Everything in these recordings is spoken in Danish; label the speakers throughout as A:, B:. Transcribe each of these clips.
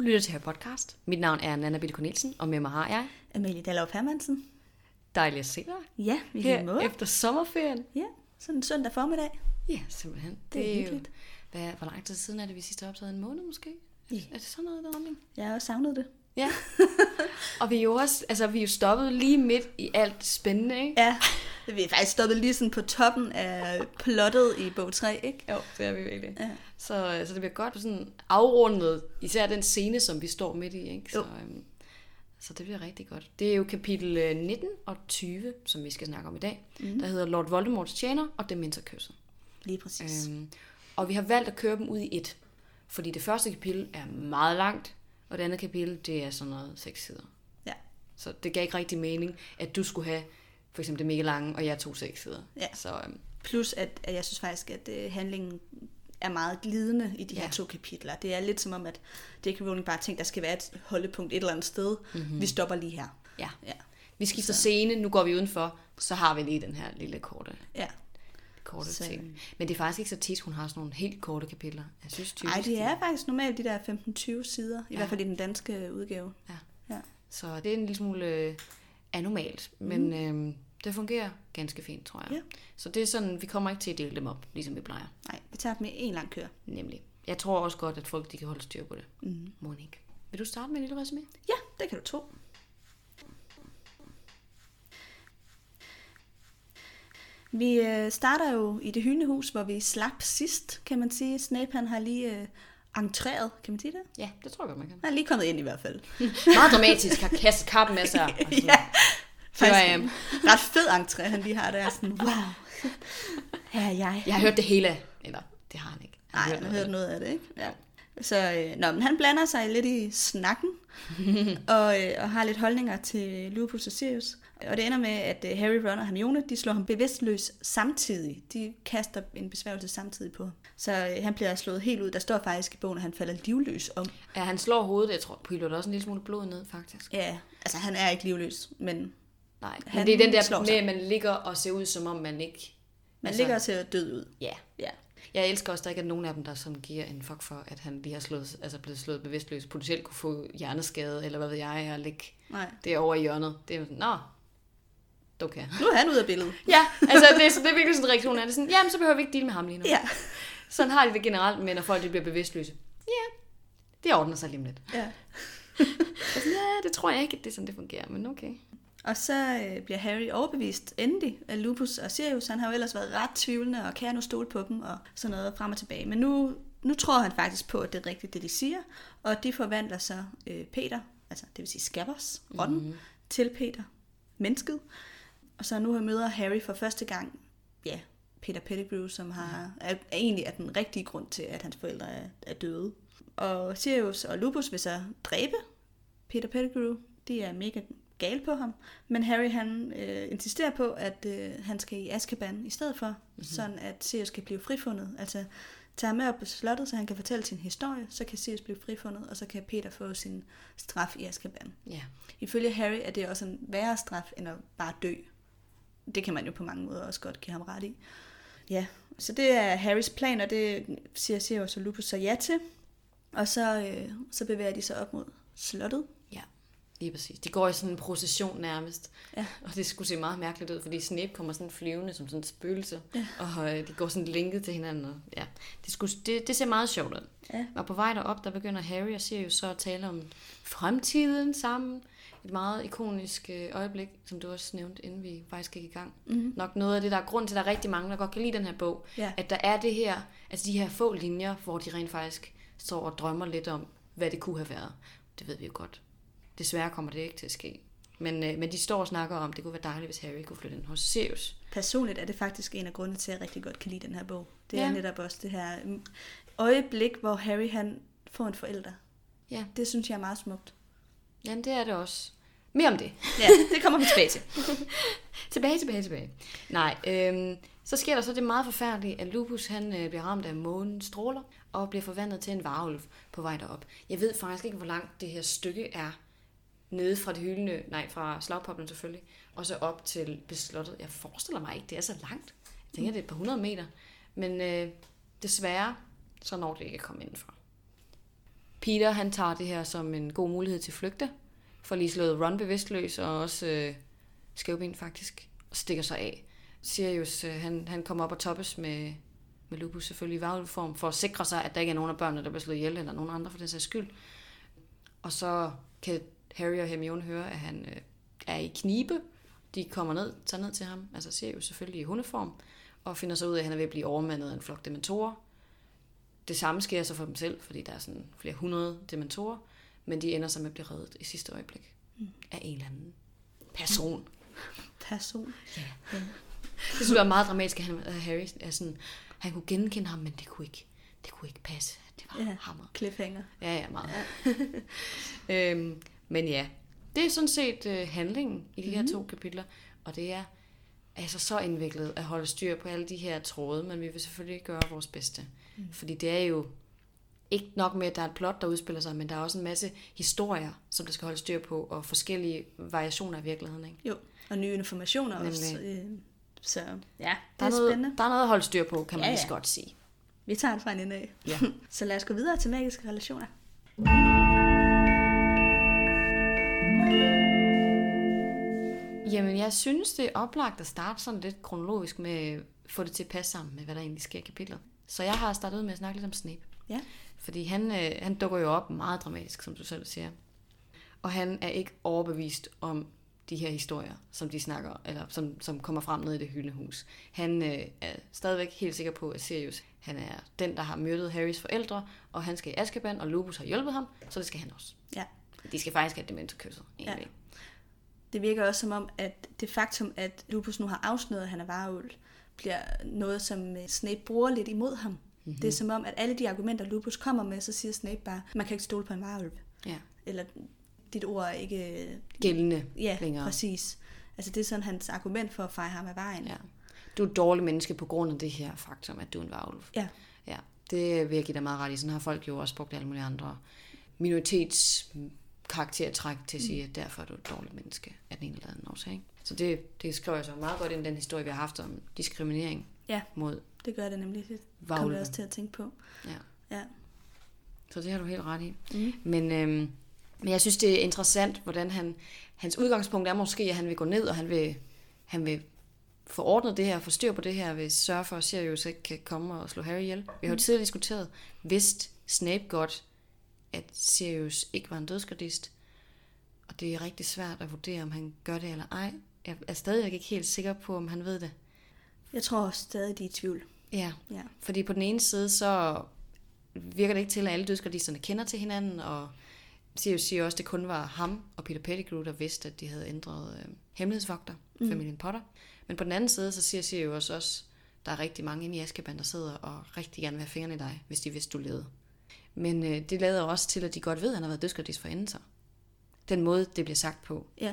A: lytter til her podcast. Mit navn er Nanna Bitte Cornelsen, og med mig har jeg
B: Amalie Dallov Hermansen.
A: Dejligt at se dig.
B: Ja, vi
A: her
B: er måde.
A: Efter sommerferien.
B: Ja, sådan en søndag formiddag.
A: Ja, simpelthen.
B: Det er hyggeligt.
A: Hvor lang tid siden er det, vi sidst har optaget? En måned måske?
B: Ja.
A: Er det sådan noget, der retning?
B: Jeg har også savnet det.
A: Ja. Og vi er jo også, vi er jo stoppet lige midt i alt spændende, ikke?
B: Ja, vi er faktisk stoppet lige sådan på toppen af plottet i bog 3, ikke?
A: Jo, det er vi virkelig.
B: Ja.
A: Så det bliver godt sådan afrundet, især den scene, som vi står midt i, ikke? Så det bliver rigtig godt. Det er jo kapitel 19 og 20, som vi skal snakke om i dag. Der hedder Lord Voldemorts tjener og Dementorkysset.
B: Lige præcis.
A: Og vi har valgt at køre dem ud i et. Fordi det første kapitel er meget langt, og det andet kapitel, det er sådan noget 6 sider.
B: Ja.
A: Så det gav ikke rigtig mening, at du skulle have for eksempel det mega lange, og jeg tog 6 sider.
B: Ja.
A: Så,
B: Plus, at jeg synes faktisk, at handlingen er meget glidende i de her 2 kapitler. Det er lidt som om, at J.K. Rowling bare tænkt, der skal være et holdepunkt et eller andet sted. Mm-hmm. Vi stopper lige her.
A: Ja. Vi skifter scene, nu går vi udenfor, så har vi lige den her lille korte ting. Men det er faktisk ikke så tit, hun har sådan nogle helt korte kapitler. Jeg synes typisk.
B: Nej, det er faktisk normalt de der 15-20 sider, i hvert fald i den danske udgave.
A: Ja. Så det er en lille smule anormalt, men det fungerer ganske fint, tror jeg. Ja. Så det er sådan, vi kommer ikke til at dele dem op, ligesom vi plejer.
B: Nej, vi tager dem med en lang kør.
A: Nemlig. Jeg tror også godt, at folk de kan holde styr på det. Monique. Vil du starte med en lille resumé?
B: Ja, det kan du tro. Vi starter jo i det hyldehus, hvor vi slap sidst, kan man sige. Snape han har lige entreret, kan man sige det?
A: Ja, det tror jeg godt, man kan.
B: Han er lige kommet ind i hvert fald.
A: Meget dramatisk, har kastet kappen med sig.
B: Ja, faktisk en ret fed entré, han lige har der. Sådan, wow, her er jeg.
A: Jeg har hørt det hele, eller det har han ikke.
B: Nej, han har hørt noget af det, ikke? Ja. Så men han blander sig lidt i snakken, og har lidt holdninger til Lupus og Sirius. Og det ender med, at Harry, Ron og Hermione, de slår ham bevidstløs samtidig. De kaster en besværgelse samtidig på ham. Så han bliver slået helt ud. Der står faktisk i bogen, at han falder livløs om.
A: Ja, han slår hovedet. Jeg tror, Pilo også en lille smule blod ned, faktisk.
B: Ja, altså han er ikke livløs, men
A: nej, men det er den der med, at man ligger og ser ud, som om man ikke...
B: Man ligger og ser død ud.
A: Ja. Jeg elsker også, at der ikke er nogen af dem, der sådan giver en fuck for, at han lige har blevet slået bevidstløs, potentielt kunne få hjerneskade, eller hvad ved jeg, og ligge derovre i hjørnet. Det er sådan, okay.
B: Nu er han ude af billedet.
A: Ja, altså det er virkelig sådan en reaktion, det sådan, jamen så behøver vi ikke deale med ham lige nu.
B: Ja.
A: Sådan har de det generelt med, når folk de bliver bevidstløse. Ja, det ordner sig lige om lidt.
B: Ja.
A: Det tror jeg ikke, at det er sådan, det fungerer, men okay.
B: Og så bliver Harry overbevist endelig af Lupus og Sirius. Han har jo ellers været ret tvivlende, og kan nu stole på dem, og sådan noget frem og tilbage. Men nu tror han faktisk på, at det er rigtigt, det de siger. Og de forvandler så Peter, altså det vil sige Scabbers, ånden, til Peter, mennesket. Og så nu møder Harry for første gang, Peter Pettigrew, som egentlig er den rigtige grund til, at hans forældre er døde. Og Sirius og Lupus vil så dræbe Peter Pettigrew. De er mega gal på ham, men Harry han insisterer på, at han skal i Azkaban i stedet for, sådan at Sirius kan blive frifundet. Altså tage ham med op på slottet, så han kan fortælle sin historie, så kan Sirius blive frifundet, og så kan Peter få sin straf i Azkaban.
A: Ja. Ifølge
B: Harry er det også en værre straf, end at bare dø. Det kan man jo på mange måder også godt give ham ret i. Ja, så det er Harrys plan, og det siger Sirius og Lupus så ja til. Og så bevæger de sig op mod slottet.
A: Ja, lige præcis. De går i sådan en procession nærmest. Ja. Og det skulle se meget mærkeligt ud, fordi Snape kommer sådan flyvende som sådan et spøgelse. Ja. Og de går sådan linket til hinanden. Og, ja. Det ser meget sjovt ud. Ja. Og på vej derop, der begynder Harry og Sirius så at tale om fremtiden sammen. Et meget ikonisk øjeblik, som du også nævnte, inden vi faktisk gik i gang. Mm-hmm. Nok noget af det, der er grund til, at der er rigtig mange, der godt kan lide den her bog. Ja. At der er det her, altså de her få linjer, hvor de rent faktisk står og drømmer lidt om, hvad det kunne have været. Det ved vi jo godt. Desværre kommer det ikke til at ske. Men de står og snakker om, det kunne være dejligt, hvis Harry kunne flytte ind hos Sirius.
B: Personligt er det faktisk en af grundene til, at jeg rigtig godt kan lide den her bog. Det er netop også det her øjeblik, hvor Harry han får en forælder. Ja. Det synes jeg er meget smukt.
A: Jamen, det er det også. Mere om det.
B: Ja, det kommer vi tilbage til.
A: tilbage. Nej, så sker der så det meget forfærdelige, at Lupus han bliver ramt af månens stråler og bliver forvandlet til en varulv på vej derop. Jeg ved faktisk ikke, hvor langt det her stykke er nede fra det hyldende, fra slagpoplen selvfølgelig, og så op til slottet. Jeg forestiller mig ikke, det er så langt. Jeg tænker, det er et par 100 meter. Men desværre, så når det ikke at komme indenfor. Peter, han tager det her som en god mulighed til at flygte, for lige slået Ron bevidstløs, og også skævben faktisk, og stikker sig af. Sirius, han kommer op og toppes med Lupus selvfølgelig i varulveform, for at sikre sig, at der ikke er nogen af børnene, der bliver slået ihjel, eller nogen andre for den sags skyld. Og så kan Harry og Hermione høre, at han er i knibe. De tager ned til ham, altså Sirius selvfølgelig i hundeform, og finder så ud af, at han er ved at blive overmandet af en flok dementorer. Det samme sker så for dem selv, fordi der er sådan flere hundrede dementorer, men de ender så med at blive reddet i sidste øjeblik af en eller anden person.
B: Ja.
A: Det synes jeg var meget dramatisk, at Harry er sådan, han kunne genkende ham, men det kunne ikke passe. Det var hammer.
B: Cliffhanger.
A: Ja, meget. Ja. Men ja, det er sådan set handlingen i de her 2 kapitler, og det er altså så indviklet at holde styr på alle de her tråde, men vi vil selvfølgelig gøre vores bedste. Fordi det er jo ikke nok med, at der er et plot, der udspiller sig, men der er også en masse historier, som der skal holde styr på, og forskellige variationer af virkeligheden. Ikke?
B: Jo, og nye informationer
A: men,
B: også. Så ja, det er spændende.
A: Der er noget at holde styr på, kan man lige så godt sige.
B: Vi tager det fra en ende af.
A: Ja.
B: Så lad os gå videre til magiske relationer.
A: Jamen, jeg synes, det er oplagt at starte sådan lidt kronologisk med at få det til at passe sammen med, hvad der egentlig sker i kapitlet. Så jeg har startet ud med at snakke lidt om Snape.
B: Ja.
A: Fordi han dukker jo op meget dramatisk, som du selv siger. Og han er ikke overbevist om de her historier, som de snakker, eller som kommer frem ned i det hyldehus. Han er stadigvæk helt sikker på, at Sirius, han er den, der har myrdet Harrys forældre, og han skal i Azkaban, og Lupus har hjulpet ham, så det skal han også.
B: Ja.
A: De skal faktisk have dementorkysset, egentlig.
B: Ja. Det virker også som om, at det faktum, at Lupus nu har afsløret, at han er varulv, bliver noget, som Snape bruger lidt imod ham. Mm-hmm. Det er som om, at alle de argumenter, Lupus kommer med, så siger Snape bare, man kan ikke stole på en varulv.
A: Ja.
B: Eller dit ord er ikke
A: gældende
B: længere. Ja, præcis. Altså det er sådan hans argument for at feje ham af vejen.
A: Ja. Du er et dårligt menneske på grund af det her faktum, at du er en varulv.
B: Ja.
A: Ja, det vil jeg give dig meget ret i. Sådan har folk jo også brugt alle mulige andre minoritetskaraktertræk til at sige, at derfor er du et dårligt menneske af den ene eller anden årsag. Så det skriver jeg så meget godt ind i den historie, vi har haft om diskriminering mod
B: det gør det nemlig. Det
A: varulve.
B: kommer jeg også til at tænke på. Ja.
A: Så det har du helt ret i. Men jeg synes, det er interessant, hvordan hans udgangspunkt er måske, at han vil gå ned, og han vil få ordnet det her, få styr på det her, vil sørge for, at Sirius ikke kan komme og slå Harry ihjel. Vi har jo tidligere diskuteret, vidste Snape godt, at Sirius ikke var en dødsgardist, og det er rigtig svært at vurdere, om han gør det eller ej. Jeg er stadig ikke helt sikker på, om han ved det.
B: Jeg tror også stadig, de er i tvivl.
A: Ja, fordi på den ene side, så virker det ikke til, at alle dødsgardisterne kender til hinanden, og Sirius siger også, at det kun var ham og Peter Pettigrew, der vidste, at de havde ændret hemmelighedsvogter, familien Potter. Men på den anden side, så siger Sirius også, at der er rigtig mange inde i Azkaban, der sidder og rigtig gerne vil have fingrene i dig, hvis de vidste, du levede. Men det lader også til, at de godt ved, at han har været dødsgardist for enden sig. Den måde, det bliver sagt på.
B: Ja.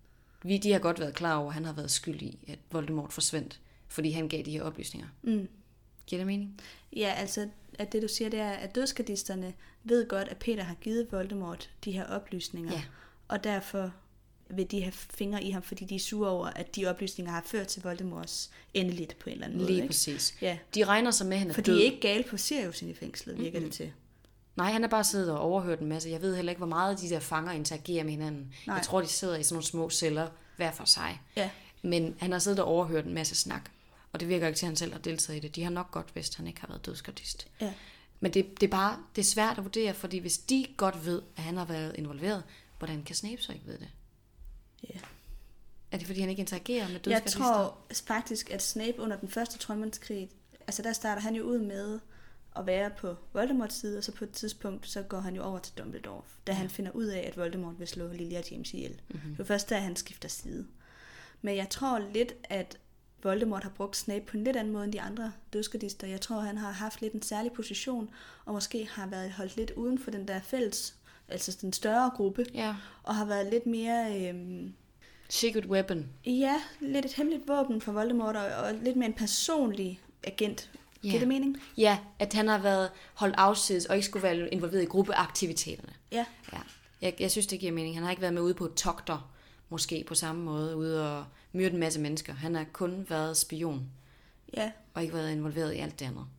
A: De har godt været klar over, at han har været skyld i, at Voldemort forsvandt, fordi han gav de her oplysninger. Giver det mening?
B: Ja, altså, at det du siger, det er, at dødsgardisterne ved godt, at Peter har givet Voldemort de her oplysninger, og derfor vil de have fingre i ham, fordi de er sure over, at de oplysninger har ført til Voldemorts endeligt på en eller anden måde.
A: Lige præcis.
B: Ja.
A: De regner sig med, at han er
B: for
A: død.
B: de er ikke gale på Sirius i fængslet, virker det til.
A: Nej, han er bare siddet og overhørt en masse. Jeg ved heller ikke, hvor meget de der fanger interagerer med hinanden. Nej. Jeg tror, de sidder i sådan nogle små celler, hver for sig.
B: Ja.
A: Men han har siddet og overhørt en masse snak. Og det virker ikke til, at han selv har deltaget i det. De har nok godt vidst, at han ikke har været dødsgardist.
B: Ja.
A: Men det er svært at vurdere, fordi hvis de godt ved, at han har været involveret, hvordan kan Snape så ikke vide det?
B: Ja.
A: Er det, fordi han ikke interagerer med dødsgardister?
B: Jeg tror faktisk, at Snape under den første troldmandskrig, altså der starter han jo ud med at være på Voldemorts side, og så på et tidspunkt, så går han jo over til Dumbledore, da han finder ud af, at Voldemort vil slå Lily og James ihjel. Det var først, da han skifter side. Men jeg tror lidt, at Voldemort har brugt Snape på en lidt anden måde end de andre dødsgardister. Jeg tror, han har haft lidt en særlig position, og måske har været holdt lidt uden for den der fælles, altså den større gruppe, og har været lidt mere...
A: secret weapon.
B: Ja, lidt et hemmeligt våben for Voldemort, og lidt mere en personlig agent. Giver det mening?
A: Ja, at han har været holdt afsides, og ikke skulle være involveret i gruppeaktiviteterne.
B: Ja.
A: Jeg synes, det giver mening. Han har ikke været med ude på togter, måske på samme måde, ude og myrde en masse mennesker. Han har kun været spion.
B: Ja.
A: Og ikke været involveret i alt det andet.
B: Nej.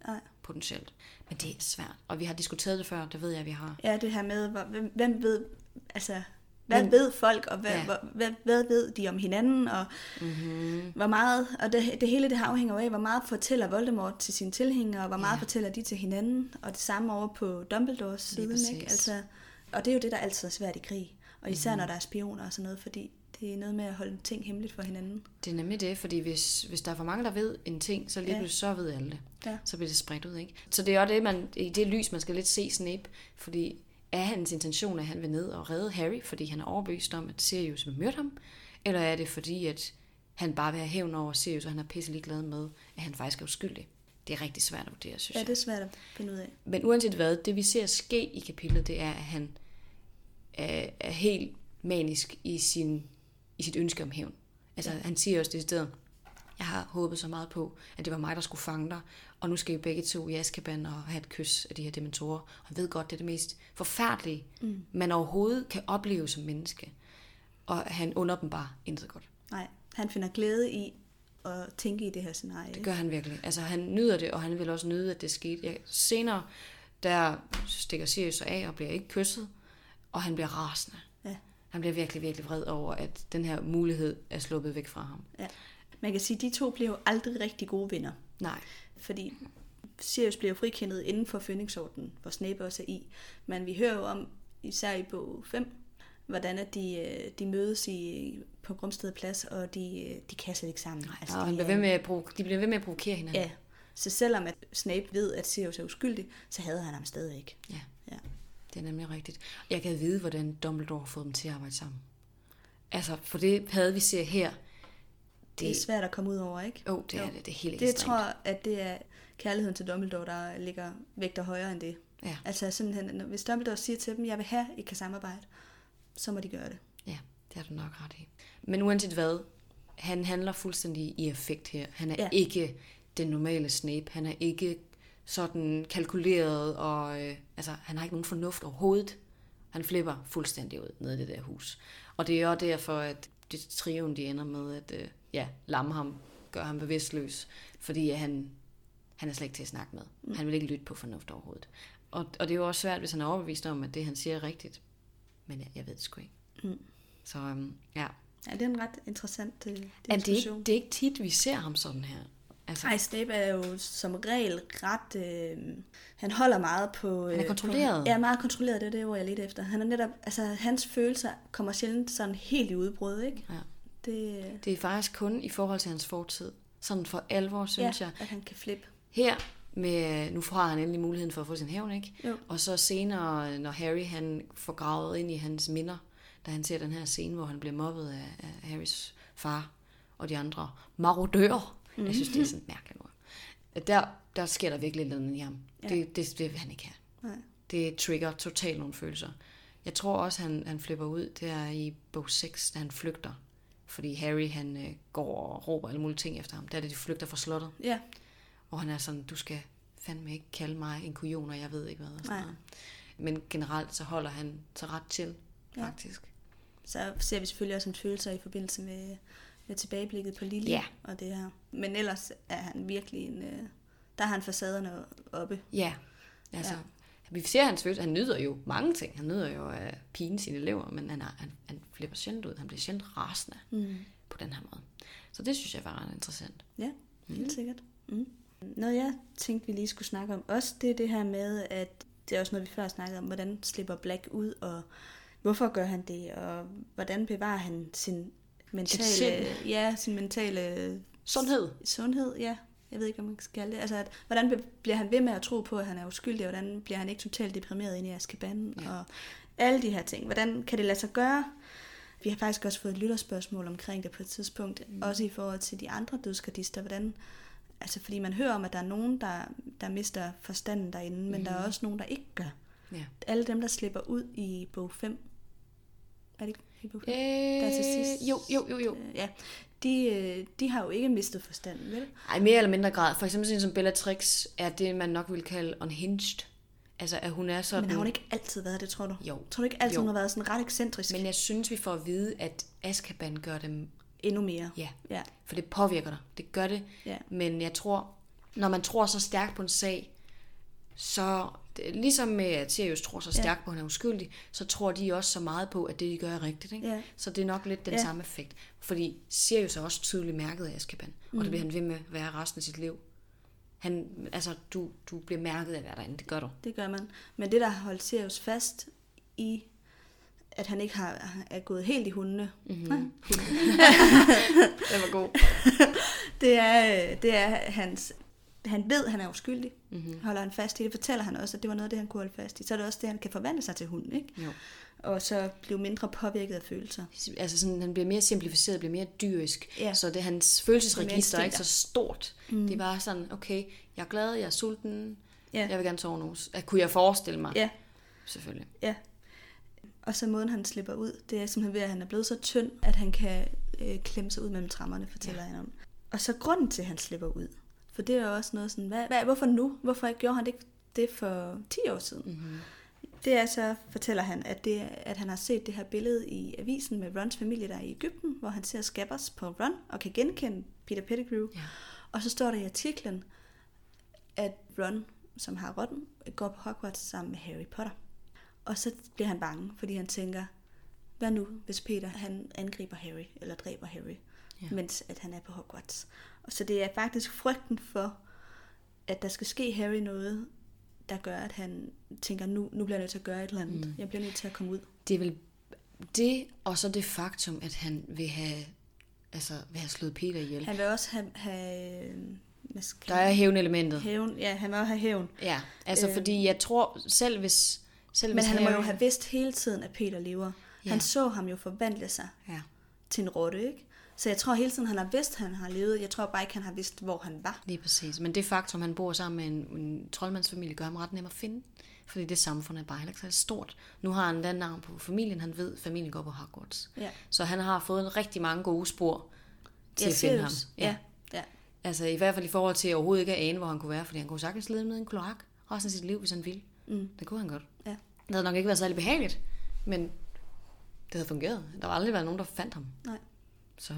A: potentielt. Men det er svært, og vi har diskuteret det før, det ved jeg, vi har.
B: Ja, det her med, hvem ved, altså, hvad ved folk, og hvad ved de om hinanden, og hvor meget, og det hele det afhænger af, hvor meget fortæller Voldemort til sine tilhængere, og hvor meget fortæller de til hinanden, og det samme over på Dumbledores side, ikke? Altså, og det er jo det, der altid er svært i krig, og især når der er spioner og sådan noget, fordi det er noget med at holde ting hemmeligt for hinanden.
A: Det er nemlig det, fordi hvis der er for mange, der ved en ting, så lige pludselig så ved alle det. Ja. Så bliver det spredt ud, ikke? Så det er også det, i det lys, man skal lidt se Snape, fordi er hans intention, at han vil ned og redde Harry, fordi han er overbevist om, at Sirius vil myrde ham? Eller er det fordi, at han bare vil have hævn over Sirius, og han er pisselig glad med, at han faktisk er uskyldig? Det er rigtig svært at vurdere, synes jeg.
B: Ja, det er svært at finde ud af.
A: Men uanset hvad, det vi ser ske i kapitlet, det er, at han er helt manisk i sit ønske om hævn. Altså, han siger også det sted, jeg har håbet så meget på, at det var mig, der skulle fange dig, og nu skal I begge to i Azkaban og have et kys af de her dementorer. Og han ved godt, det er det mest forfærdelige, man overhovedet kan opleve som menneske. Og han under dem bare intet godt.
B: Nej, han finder glæde i at tænke i det her scenarie.
A: Det gør han virkelig. Altså, han nyder det, og han vil også nyde, at det skete. Senere, der stikker Sirius af og bliver ikke kysset, og han bliver rasende. Ja. Han bliver virkelig, virkelig vred over, at den her mulighed er sluppet væk fra ham. Ja.
B: Man kan sige, at de to bliver jo aldrig rigtig gode venner.
A: Nej.
B: Fordi Sirius bliver frikendet inden for Fønixordenen, hvor Snape også er i. Men vi hører jo om, især i bog 5, hvordan at de mødes på Grumsted Plads, og de kan slet ikke sammen.
A: Nej, altså, de bliver ved med at provokere hinanden.
B: Ja, så selvom at Snape ved, at Sirius er uskyldig, så hader han ham stadig ikke.
A: Ja. Det er nemlig rigtigt. Jeg kan vide, hvordan Dumbledore har fået dem til at arbejde sammen. Altså, for det havde vi ser her.
B: Det er svært at komme ud over, ikke?
A: Jo, det er det. Det er helt
B: ekstremt. Det tror jeg, at det er kærligheden til Dumbledore, der vægter højere end det.
A: Ja.
B: Altså simpelthen, hvis Dumbledore siger til dem, jeg vil have, I kan samarbejde, så må de gøre det.
A: Ja, det har du nok ret i. Men uanset hvad, han handler fuldstændig i affekt her. Han er ikke den normale Snape. Han er ikke sådan kalkuleret, og han har ikke nogen fornuft overhovedet. Han flipper fuldstændig ud nede i det der hus. Og det er også derfor, at det trioen, de ender med at lamme ham, gøre ham bevidstløs, fordi han er slet ikke til at snakke med. Han vil ikke lytte på fornuft overhovedet. Og det er jo også svært, hvis han er overbevist om, at det han siger er rigtigt. Men jeg ved det sgu ikke. Så ja.
B: Ja, det er en ret interessant diskussion.
A: Det er ikke tit, vi ser ham sådan her. Altså.
B: Ej, Snape er jo som regel ret... han holder meget på...
A: han er kontrolleret.
B: Meget kontrolleret, det er det ord, jeg lidt efter. Han er netop... Altså, hans følelser kommer sjældent sådan helt i udbrud, ikke?
A: Ja. Det er faktisk kun i forhold til hans fortid. Sådan for alvor, synes jeg.
B: At han kan flippe.
A: Her, nu får han endelig muligheden for at få sin hævn, ikke? Jo. Og så senere, når Harry han får gravet ind i hans minder, da han ser den her scene, hvor han bliver mobbet af Harrys far og de andre marodører. Jeg synes, det er sådan et mærkeligt ord. Der sker der virkelig noget i ham. Ja. Det vil han ikke have. Nej. Det trigger totalt nogle følelser. Jeg tror også, han flipper ud der i bog 6, da han flygter. Fordi Harry, han går og råber alle mulige ting efter ham. Der er det, de flygter fra slottet. Ja. Og han er sådan, du skal fandme ikke kalde mig en kujon, og jeg ved ikke hvad. Og sådan noget. Men generelt, så holder han så ret til, faktisk.
B: Så ser vi selvfølgelig også en følelser i forbindelse med tilbageblikket på Lily og det her. Men ellers er han virkelig der har han facaderne oppe.
A: Ja, altså vi ser hans følelser. Han nyder jo mange ting. Han nyder jo at pine sine elever, men han flipper sjældent ud. Han bliver sjældent rasende på den her måde. Så det synes jeg var ret interessant.
B: Ja, helt sikkert. Noget jeg tænkte, vi lige skulle snakke om også, det er det her med, at det er også noget, vi før snakkede om, hvordan slipper Black ud, og hvorfor gør han det, og hvordan bevarer han sin mentale sundhed, ja. Jeg ved ikke, om man skal kalde det. Altså, hvordan bliver han ved med at tro på, at han er uskyldig, og hvordan bliver han ikke totalt deprimeret inde i Azkaban, og alle de her ting. Hvordan kan det lade sig gøre? Vi har faktisk også fået et lytterspørgsmål omkring det på et tidspunkt, også i forhold til de andre dødsgardister. Hvordan, altså, fordi man hører om, at der er nogen, der mister forstanden derinde, men der er også nogen, der ikke gør. Ja. Alle dem, der slipper ud i bog 5, er det ikke i bog 5? Der er til sidst.
A: Jo.
B: Ja. De har jo ikke mistet forstanden, vel?
A: Ej, mere eller mindre grad. For eksempel sådan som Bellatrix er det, man nok vil kalde unhinged. Altså, at hun er sådan...
B: Men har hun ikke altid været det, tror du?
A: Jo.
B: Tror du ikke altid, hun har været sådan ret ekscentrisk?
A: Men jeg synes, vi får at vide, at Azkaban gør dem...
B: Endnu mere.
A: Ja. For det påvirker dig. Det gør det. Ja. Men jeg tror, når man tror så stærkt på en sag, så ligesom med, at Sirius tror så stærkt på, at han er uskyldig, så tror de også så meget på, at det, de gør, er rigtigt. Ikke? Ja. Så det er nok lidt den samme effekt. Fordi Sirius er også tydeligt mærket af Azkaban, og det bliver han ved med at være resten af sit liv. Du bliver mærket af at være derinde, det gør du.
B: Det gør man. Men det, der har holdt Sirius fast i, at han ikke er gået helt i hundene. Mm-hmm.
A: Det var god.
B: det er hans... Han ved, at han er uskyldig. Mm-hmm. Holder han fast i det. Fortæller han også, at det var noget af det, han kunne holde fast i. Så er det også det, han kan forvandle sig til hunden, ikke? Jo. Og så blive mindre påvirket af følelser.
A: Altså sådan, han bliver mere simplificeret, bliver mere dyrisk. Ja. Så det hans følelsesregister er ikke så stort. Mm. Det er bare sådan, okay, jeg er glad, jeg er sulten, jeg vil gerne sove nu. Kunne jeg forestille mig? Ja. Selvfølgelig. Ja.
B: Og så måden, han slipper ud, det er simpelthen ved, at han er blevet så tynd, at han kan klemme sig ud mellem trammerne, fortæller han om. Og så grunden til, at han slipper ud, for det er jo også noget sådan, hvorfor nu? Hvorfor gjorde han det for 10 år siden? Mm-hmm. Det er så, fortæller han, at han har set det her billede i avisen med Rons familie, der er i Egypten, hvor han ser Scabbers på Ron, og kan genkende Peter Pettigrew. Ja. Og så står der i artiklen, at Ron, som har rotten, går på Hogwarts sammen med Harry Potter. Og så bliver han bange, fordi han tænker, hvad nu, hvis Peter han angriber Harry, eller dræber Harry, mens at han er på Hogwarts. Og så det er faktisk frygten for, at der skal ske Harry noget, der gør, at han tænker, nu bliver jeg nødt til at gøre et eller andet. Mm. Jeg bliver nødt til at komme ud.
A: Det er vel det, og så det faktum, at han vil have slået Peter ihjel.
B: Han vil også have
A: der er hævn-elementet.
B: Han vil også have hævn.
A: Ja, fordi jeg tror, selv hvis
B: men han må jo have vidst hele tiden, at Peter lever. Ja. Han så ham jo forvandle sig til en rotte, ikke? Så jeg tror hele tiden, han har vidst, at han har levet. Jeg tror bare ikke, han har vidst, hvor han var.
A: Lige præcis. Men det faktum, han bor sammen med en troldmandsfamilie, gør ham ret nem at finde. Fordi det samfund er bare heller ikke så stort. Nu har han den navn på familien. Han ved, at familien går på Hogwarts. Ja. Så han har fået rigtig mange gode spor til at finde ham. Ja. Altså i hvert fald i forhold til overhovedet ikke at ane, hvor han kunne være. Fordi han kunne sagtens leve ned i en kloak resten af sit liv, hvis han ville. Mm. Det kunne han godt. Ja. Det havde nok ikke været særlig behageligt, men det havde fungeret. Der har aldrig været nogen, der fandt ham. Nej. Så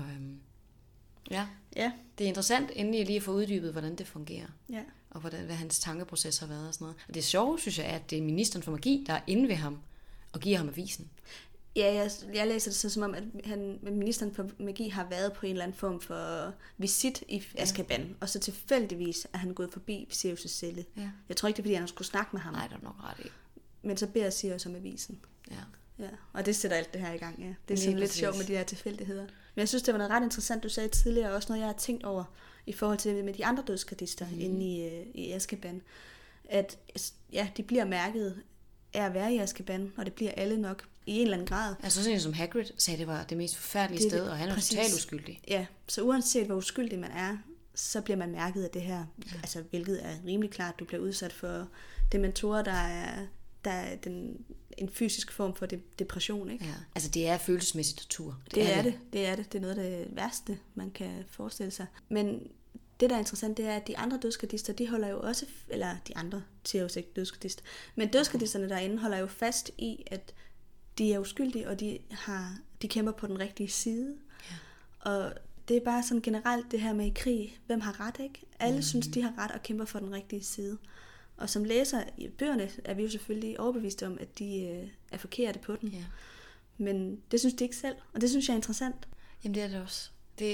A: ja, det er interessant endelig lige at få uddybet, hvordan det fungerer. Ja. Og hvad hans tankeproces har været og sådan noget. Og det sjove, synes jeg, er, at det er ministeren for magi, der er inde ved ham og giver ham avisen.
B: Ja, jeg læser det så som om, at ministeren for magi har været på en eller anden form for visit i Azkaban, og så tilfældigvis er han gået forbi Sirius' celle. Ja. Jeg tror ikke, det er, fordi han skulle snakke med ham.
A: Nej, det er nok ret i.
B: Men så beder Sirius om avisen. Ja, og det sætter alt det her i gang, ja. Det er sådan lidt sjovt med de her tilfældigheder. Men jeg synes, det var noget ret interessant, du sagde tidligere, og også noget, jeg har tænkt over i forhold til det med de andre dødsgardister inde i Azkaban. At de bliver mærket af at være i Azkaban, og det bliver alle nok i en eller anden grad.
A: Altså sådan som Hagrid sagde, det var det mest forfærdelige sted, og han er totalt uskyldig.
B: Ja, så uanset hvor uskyldig man er, så bliver man mærket af det her. Ja. Altså, hvilket er rimelig klart, du bliver udsat for dementorer, der er en fysisk form for depression, ikke? Ja.
A: Altså det er følelsesmæssig tortur.
B: Det er det. Det er noget af det værste, man kan forestille sig. Men det, der er interessant, det er, at de andre dødsgardister, de holder jo også, eller de andre siger jo ikke dødsgardist, men dødsgardisterne derinde holder jo fast i, at de er uskyldige, og de kæmper på den rigtige side. Ja. Og det er bare sådan generelt det her med i krig, hvem har ret, ikke? Alle synes, de har ret og kæmper for den rigtige side. Og som læser i bøgerne, er vi jo selvfølgelig overbeviste om, at de er forkerte på den. Ja. Men det synes de ikke selv, og det synes jeg er interessant.
A: Jamen det er det også.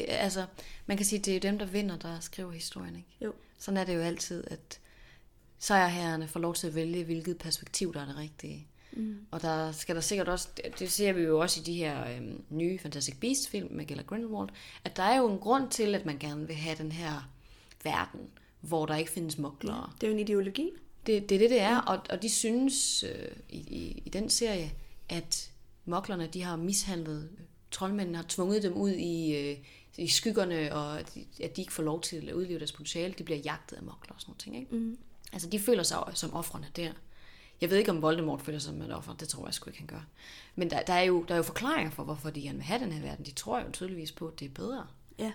A: Man kan sige, at det er dem, der vinder, der skriver historien, ikke? Jo. Sådan er det jo altid, at sejrherrerne får lov til at vælge, hvilket perspektiv, der er det rigtige. Mm. Og der skal der sikkert også, det ser vi jo også i de her nye Fantastic Beasts-film med Gellert Grindelwald, at der er jo en grund til, at man gerne vil have den her verden, hvor der ikke findes muglere.
B: Det er jo en ideologi.
A: Det er det er, og de synes i den serie, at muglerne, de har mishandlet troldmændene, har tvunget dem ud i skyggerne, og at de ikke får lov til at udleve deres potentiale. De bliver jagtet af mugler og sådan noget ting, ikke? Mm. Altså, de føler sig som ofrene der. Jeg ved ikke, om Voldemort føler sig som et offer. Det tror jeg sgu ikke, han gør. Men der er jo forklaringer for, hvorfor de gerne vil have den her verden. De tror jo tydeligvis på, at det er bedre. Ja.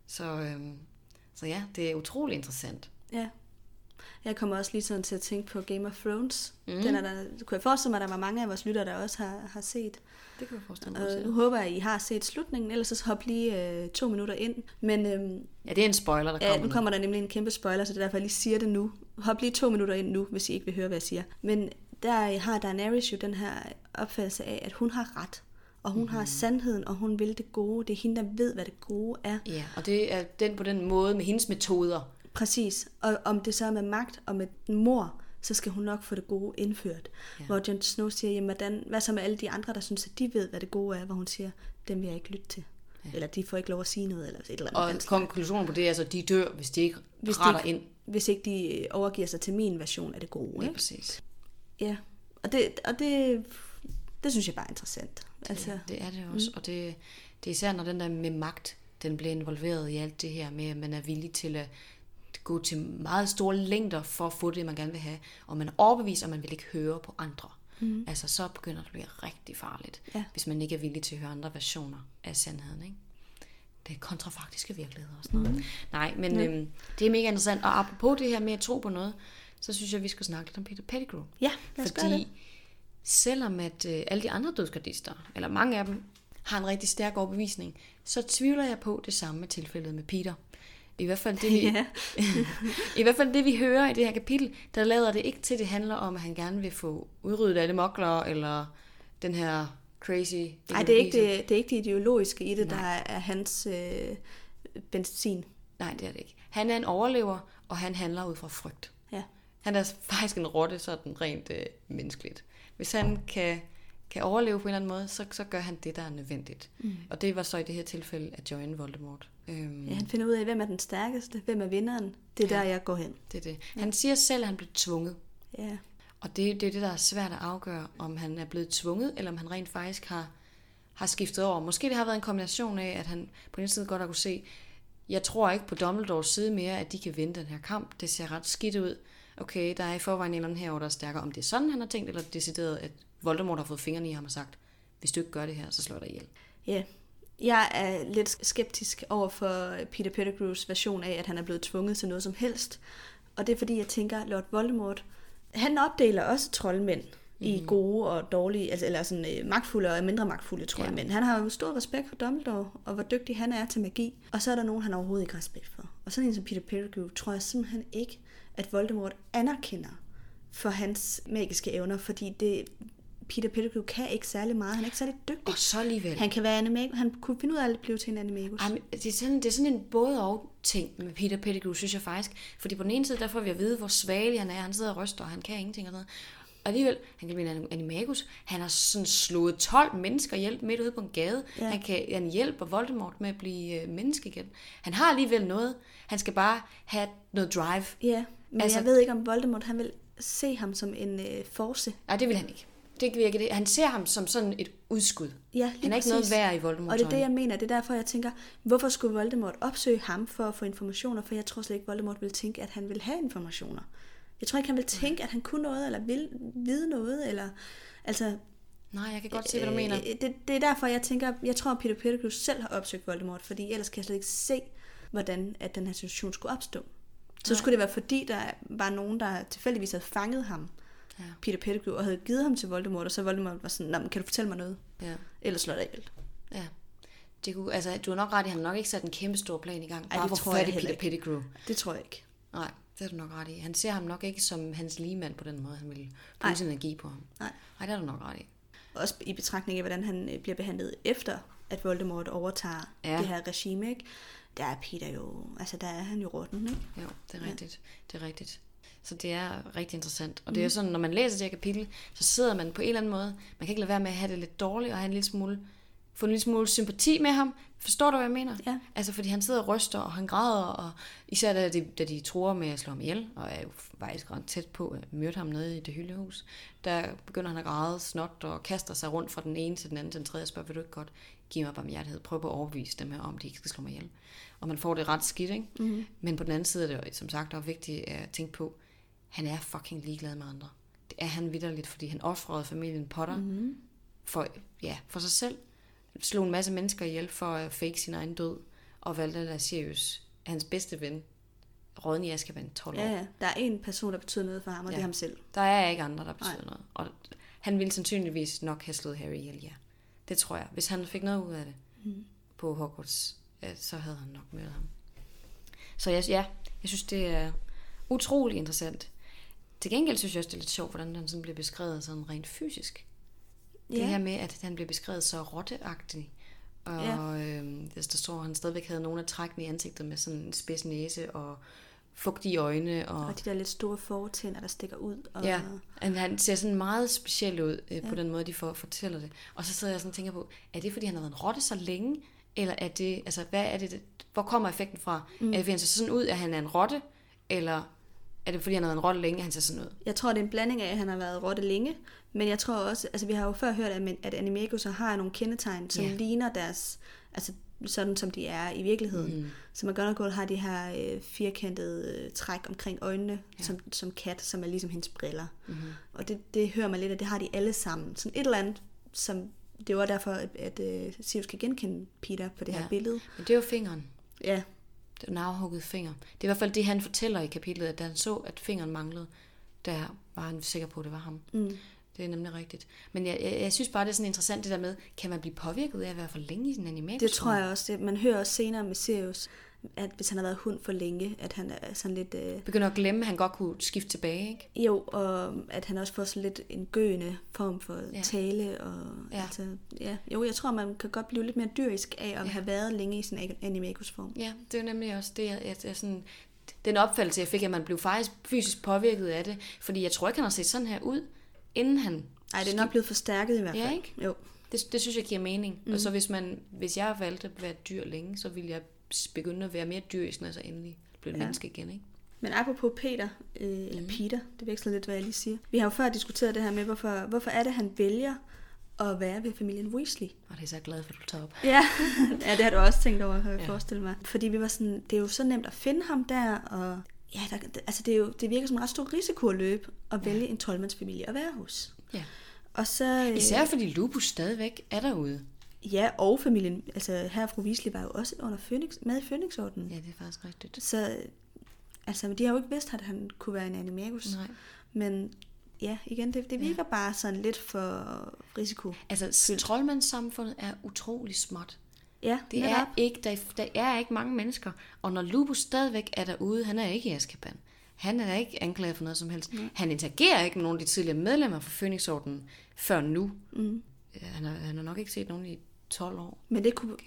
A: Så ja, det er utrolig interessant. Ja.
B: Jeg kommer også lige sådan til at tænke på Game of Thrones. Den kunne jeg forestille mig, at der var mange af vores lyttere, der også har set.
A: Det kan jeg forestille mig.
B: Nu håber jeg, at I har set slutningen, ellers så hop lige 2 minutter ind. Men,
A: ja, det er en spoiler, der kommer.
B: Ja, nu kommer der nemlig en kæmpe spoiler, så det er derfor, jeg lige siger det nu. hop lige 2 minutter ind nu, hvis I ikke vil høre, hvad jeg siger. Men der har Daenerys jo den her opfattelse af, at hun har ret. Og hun har sandheden, og hun vil det gode. Det er hende, der ved, hvad det gode er.
A: Ja, og det er den på den måde med hendes metoder.
B: Præcis. Og om det så er med magt og med mor, så skal hun nok få det gode indført. Ja. Hvor Jon Snow siger, jamen, hvad så med alle de andre, der synes, at de ved, hvad det gode er, hvor hun siger, dem vil jeg ikke lytte til. Ja. Eller de får ikke lov at sige noget, eller et eller andet.
A: Og konklusionen på det er altså, at de dør, hvis de ikke retter ind.
B: Hvis ikke de overgiver sig til min version af det gode.
A: Ja,
B: ikke?
A: præcis.
B: Ja, og det synes jeg bare er interessant.
A: Det er det også, og det er især, når den der med magt, den bliver involveret i alt det her med, at man er villig til at gå til meget store længder for at få det, man gerne vil have, og man er overbevist, og man vil ikke høre på andre. Altså, så begynder det at blive rigtig farligt, hvis man ikke er villig til at høre andre versioner af sandheden, ikke? Det er kontrafaktiske virkeligheder og sådan noget. Nej, men det er mega interessant, og apropos det her med at tro på noget, så synes jeg, vi skal snakke lidt om Peter Pettigrew.
B: Ja, lad os gøre det.
A: Selvom at alle de andre dødsgardister, eller mange af dem, har en rigtig stærk overbevisning, så tvivler jeg på det samme med tilfældet med Peter. I hvert fald det, i hvert fald det, vi hører i det her kapitel, der lader det ikke til, det handler om, at han gerne vil få udryddet alle moklere, eller den her crazy...
B: Nej, det er ikke det ideologiske i det, der er hans benzin.
A: Nej, det er det ikke. Han er en overlever, og han handler ud fra frygt.
B: Ja.
A: Han er faktisk en rotte, sådan rent menneskeligt. Hvis han kan overleve på en eller anden måde, så gør han det, der er nødvendigt. Og det var så i det her tilfælde at join Voldemort.
B: Ja, han finder ud af, hvem er den stærkeste, hvem er vinderen. Det er der, jeg går hen.
A: Det er det. Han siger selv, at han blev tvunget.
B: Ja.
A: Og det er det, der er svært at afgøre, om han er blevet tvunget, eller om han rent faktisk har skiftet over. Måske det har været en kombination af, at han på den side godt har kunne se, jeg tror ikke på Dumbledores side mere, at de kan vinde den her kamp. Det ser ret skidt ud. Okay, der er i forvejen en eller anden herovre, der er stærkere. Om det er sådan, han har tænkt, eller decideret, at Voldemort har fået fingrene i ham og sagt, hvis du ikke gør det her, så slår jeg dig ihjel.
B: Ja, jeg er lidt skeptisk over for Peter Pettigrews version af, at han er blevet tvunget til noget som helst. Og det er fordi, jeg tænker, Lord Voldemort, han opdeler også troldmænd i gode og dårlige, altså, eller sådan magtfulde og mindre magtfulde troldmænd. Han har jo stor respekt for Dumbledore, og hvor dygtig han er til magi. Og så er der nogen, han overhovedet ikke har respekt for. Og sådan en som Peter Pettigrew tror jeg simpelthen ikke, at Voldemort anerkender for hans magiske evner, fordi Peter Pettigrew kan ikke særlig meget. Han er ikke særlig dygtig.
A: Og så alligevel.
B: Han kan være animagus. Han kunne finde ud af at blive til en animagus.
A: Det er sådan en både og ting med Peter Pettigrew, synes jeg faktisk. Fordi på den ene side, der får vi at vide, hvor svagelig han er. Han sidder og ryster, og han kan ingenting og sådan noget. Og alligevel, han kan blive en animagus. Han har sådan slået 12 mennesker ihjel midt ude på en gade. Ja. Han hjælper Voldemort med at blive menneske igen. Han har alligevel noget. Han skal bare have noget drive.
B: Ja, men altså, jeg ved ikke, om Voldemort han vil se ham som en force.
A: Nej, det vil han ikke. Det virker det. Han ser ham som sådan et udskud.
B: Ja,
A: han er ikke noget værd i Voldemort.
B: Og det er det, jeg mener. Det er derfor, jeg tænker, hvorfor skulle Voldemort opsøge ham for at få informationer? For jeg tror slet ikke, Voldemort ville tænke, at han ville have informationer. Jeg tror ikke, han ville tænke, at han kunne noget, eller ville vide noget, eller... Altså,
A: nej, jeg kan godt se, hvad du mener.
B: Det er derfor, jeg tænker, jeg tror, at Peter Pettigrew selv har opsøgt Voldemort, fordi ellers kan jeg slet ikke se, hvordan at den her situation skulle opstå. Så skulle det være, fordi der var nogen, der tilfældigvis havde fanget ham, Peter Pettigrew, og havde givet ham til Voldemort, og så Voldemort var sådan, kan du fortælle mig noget? Ja. Ellers slår dig ihjel.
A: Ja. Det kunne, altså, du har nok ret i, han har nok ikke sat en kæmpe stor plan i gang. Bare
B: det
A: for at Peter Pettigrew.
B: Det tror jeg ikke.
A: Nej, det er du nok ret i. Han ser ham nok ikke som hans ligemand på den måde, han vil bruge sin energi på ham. Nej, det er du nok ret i.
B: Også i betragtning af, hvordan han bliver behandlet efter, at Voldemort overtager det her regime, ikke? Der er Peter jo, altså der er han jo rotten, ikke?
A: Jo, det er rigtigt. Det er rigtigt. Så det er rigtig interessant. Og det er jo sådan, når man læser det her kapitel, så sidder man på en eller anden måde, man kan ikke lade være med at have det lidt dårligt, og have få en lille smule sympati med ham. Forstår du, hvad jeg mener? Ja. Altså, fordi han sidder og ryster, og han græder, og især da de truer med at slå ham ihjel, og er jo faktisk ret tæt på at myrde ham nede i det hyldehus, der begynder han at græde snot og kaster sig rundt fra den ene til den anden til den tredje og spørger, vil du ikke godt give mig barmhjertighed? Prøv på at overbevise dem her om, de ikke skal slå mig ihjel. Og man får det ret skidt, ikke? Mm-hmm. Men på den anden side er det som sagt også vigtigt at tænke på, han er fucking ligeglad med andre. Det er han vitterligt, fordi han ofrede familien Potter for sig selv. Slog en masse mennesker ihjel for at fake sin egen død, og valgte at Sirius, hans bedste ven, råden i Azkaban 12 år.
B: Ja, der er en person, der betyder noget for ham, og det er ham selv.
A: Der er ikke andre, der betyder noget. Og han ville sandsynligvis nok have slået Harry ihjel, ja. Det tror jeg. Hvis han fik noget ud af det på Hogwarts, så havde han nok mødt ham. Så jeg synes, det er Utrolig interessant. Til gengæld synes jeg også, det er lidt sjovt, hvordan han sådan bliver beskrevet sådan rent fysisk. Det her med, at han bliver beskrevet så rotteagtig. Og der står, at han stadigvæk havde nogle af trækkene i ansigtet med sådan en spids næse og fugtige øjne.
B: Og de der lidt store fortænder, der stikker ud. Og...
A: Ja, han ser sådan meget speciel ud på den måde, de fortæller det. Og så sidder jeg sådan og tænker på, er det fordi han har været en rotte så længe? Eller er det, altså hvad er det, hvor kommer effekten fra? Er det fordi han ser sådan ud, at han er en rotte? Eller er det fordi han har været en rotte længe, at han ser sådan ud?
B: Jeg tror, det er en blanding af, at han har været rotte længe. Men jeg tror også, altså vi har jo før hørt, at animaguser har nogle kendetegn, som ligner deres, altså sådan som de er i virkeligheden. Så McGonagall har de her firkantede træk omkring øjnene, som kat, som er ligesom hendes briller. Og det hører man lidt, at det har de alle sammen. Sådan et eller andet, som det var derfor, at Sirius kan genkende Peter på det her billede. Men
A: det er jo fingeren.
B: Ja.
A: Det er en afhugget finger. Det er i hvert fald det, han fortæller i kapitlet, at da han så, at fingeren manglede, der var han sikker på, at det var ham. Det er nemlig rigtigt. Men jeg synes bare, det er sådan interessant det der med, kan man blive påvirket af at være for længe i sin animagus?
B: Det tror jeg også. Man hører også senere med Sirius, at hvis han har været hund for længe, at han er sådan lidt...
A: Begynder at glemme, at han godt kunne skifte tilbage, ikke?
B: Jo, og at han også får sådan lidt en gøende form for tale. Og, altså, jo, jeg tror, man kan godt blive lidt mere dyrisk af at have været længe i sin animagus-form.
A: Ja, det er nemlig også det, jeg sådan... Den opfattelse, jeg fik, at man blev faktisk fysisk påvirket af det. Fordi jeg tror ikke, han har set sådan her ud, inden han...
B: Nej, det er nok blevet forstærket i hvert fald.
A: Ja, ikke?
B: Jo.
A: Det synes jeg giver mening. Og så hvis jeg valgte at være dyr længe, så ville jeg begynde at være mere dyrisk, når jeg så endelig blev et menneske igen, ikke?
B: Men apropos Peter, eller Peter, det veksler lidt, hvad jeg lige siger. Vi har jo før diskuteret det her med, hvorfor er det, han vælger at være ved familien Weasley.
A: Og det er så glad for, at du tager op.
B: Ja, det har du også tænkt over, har jeg forestillet mig. Fordi vi var sådan, det er jo så nemt at finde ham der, og ja, det virker som en ret stor risiko at løbe og vælge en troldmandsfamilie at være hos. Ja. Og så,
A: især fordi Lupus stadigvæk er derude.
B: Ja, og familien, altså her fru Weasley var jo også under med i Fønixordenen.
A: Ja, det er faktisk rigtigt.
B: Så altså, de har jo ikke vidst, at han kunne være en animagus.
A: Nej.
B: Men ja, igen, det virker bare sådan lidt for risiko.
A: Altså, troldmandssamfundet er utrolig småt.
B: Ja,
A: det er ikke, der er ikke mange mennesker. Og når Lupus stadigvæk er derude, han er ikke i Azkaban. Han er ikke anklaget for noget som helst. Han interagerer ikke med nogle af de tidligere medlemmer fra Fønixordenen før nu. Han har nok ikke set nogen i 12 år.
B: Men det kunne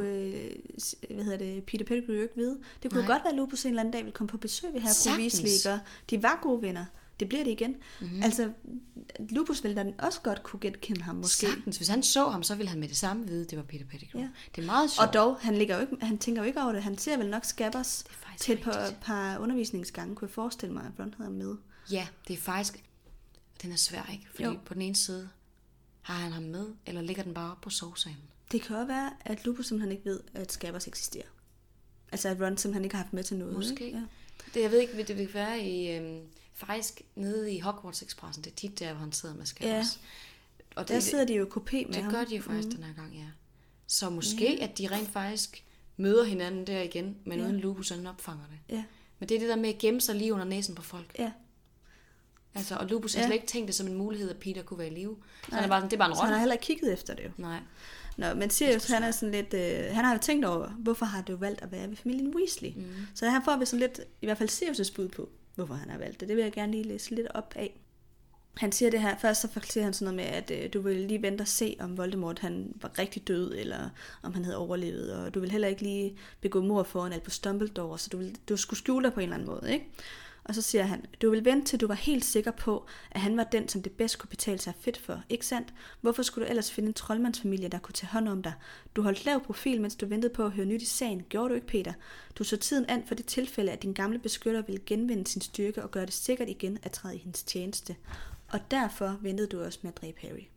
B: Peter Pettigrew ikke vide. Det kunne godt være, at Lupus en eller anden dag ville komme på besøg ved her fru Weasley. De var gode venner. Det bliver det igen. Altså, Lupus ville da også godt kunne genkende ham måske.
A: Sagtens. Hvis han så ham, så ville han med det samme vide, det var Peter Pettigrew. Ja. Det er meget sjovt.
B: Og dog, han tænker jo ikke over det. Han ser vel nok Scabbers til et par undervisningsgange, kunne jeg forestille mig, at Ron havde med.
A: Ja, det er faktisk... Den er svær, ikke? Fordi på den ene side har han ham med, eller ligger den bare op på sovesalen.
B: Det kan også være, at Lupus simpelthen ikke ved, at Scabbers eksisterer. Altså, at Ron simpelthen ikke har haft med til noget.
A: Måske. Ja. Det, jeg ved ikke, det vil være i... faktisk nede i Hogwarts Expressen, det er tit der, hvor han sidder med Scabbers.
B: Ja. Og der sidder de jo i kopé med ham.
A: Det gør de jo faktisk den her gang, ja. Så måske, at de rent faktisk møder hinanden der igen, men uden Lupus, og han opfanger det. Ja. Men det er det der med at gemme sig lige under næsen på folk. Ja. Altså, og Lupus har slet ikke tænkt det som en mulighed, at Peter kunne være i live. Så det er bare en rolle.
B: Så han har heller ikke kigget efter det jo.
A: Nej.
B: Nå, men Sirius, han er sådan lidt... han har jo tænkt over, hvorfor har du valgt at være ved familien Weasley? Så her får vi sådan lidt, i hvert fald Sirius' bud på, hvorfor han har valgt det. Det vil jeg gerne lige læse lidt op af. Han siger det her, først så forklarer han sådan noget med, at du vil lige vente og se, om Voldemort han var rigtig død, eller om han havde overlevet, og du vil heller ikke lige begå mord foran Albus Dumbledore, så du skulle skjule dig på en eller anden måde, ikke? Og så siger han, du vil vente til du var helt sikker på, at han var den, som det bedst kunne betale sig fedt for, ikke sandt? Hvorfor skulle du ellers finde en troldmandsfamilie, der kunne tage hånd om dig? Du holdt lav profil, mens du ventede på at høre nyt i sagen. Gjorde du ikke, Peter? Du så tiden an for det tilfælde, at din gamle beskytter ville genvinde sin styrke og gøre det sikkert igen at træde i hendes tjeneste. Og derfor ventede du også med at dræbe Harry.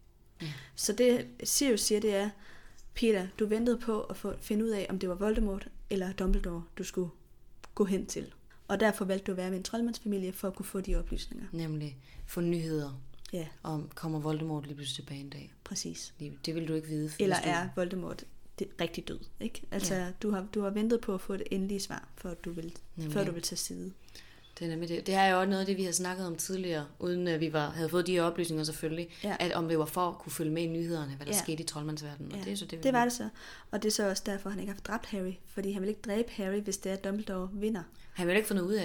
B: Så det Sirius siger, det er, Peter, du ventede på at finde ud af, om det var Voldemort eller Dumbledore, du skulle gå hen til. Og derfor valgte du at være med en troldmandsfamilie for at kunne få de oplysninger.
A: Nemlig få nyheder om, kommer Voldemort lige pludselig tilbage en dag.
B: Præcis.
A: Det vil du ikke vide.
B: Eller er Voldemort rigtig død, ikke? Altså, du har ventet på at få det endelige svar, før du vil tage side.
A: Det er jo også noget af det, vi har snakket om tidligere, uden at vi havde fået de her oplysninger selvfølgelig, at om det var for at kunne følge med i nyhederne, hvad der skete i troldmandsverdenen. Og det er så
B: det var det så. Og det er så også derfor, han ikke har dræbt Harry, fordi han vil ikke dræbe Harry, hvis det er, at Dumbledore vinder.
A: Han vil ikke få noget ud af det.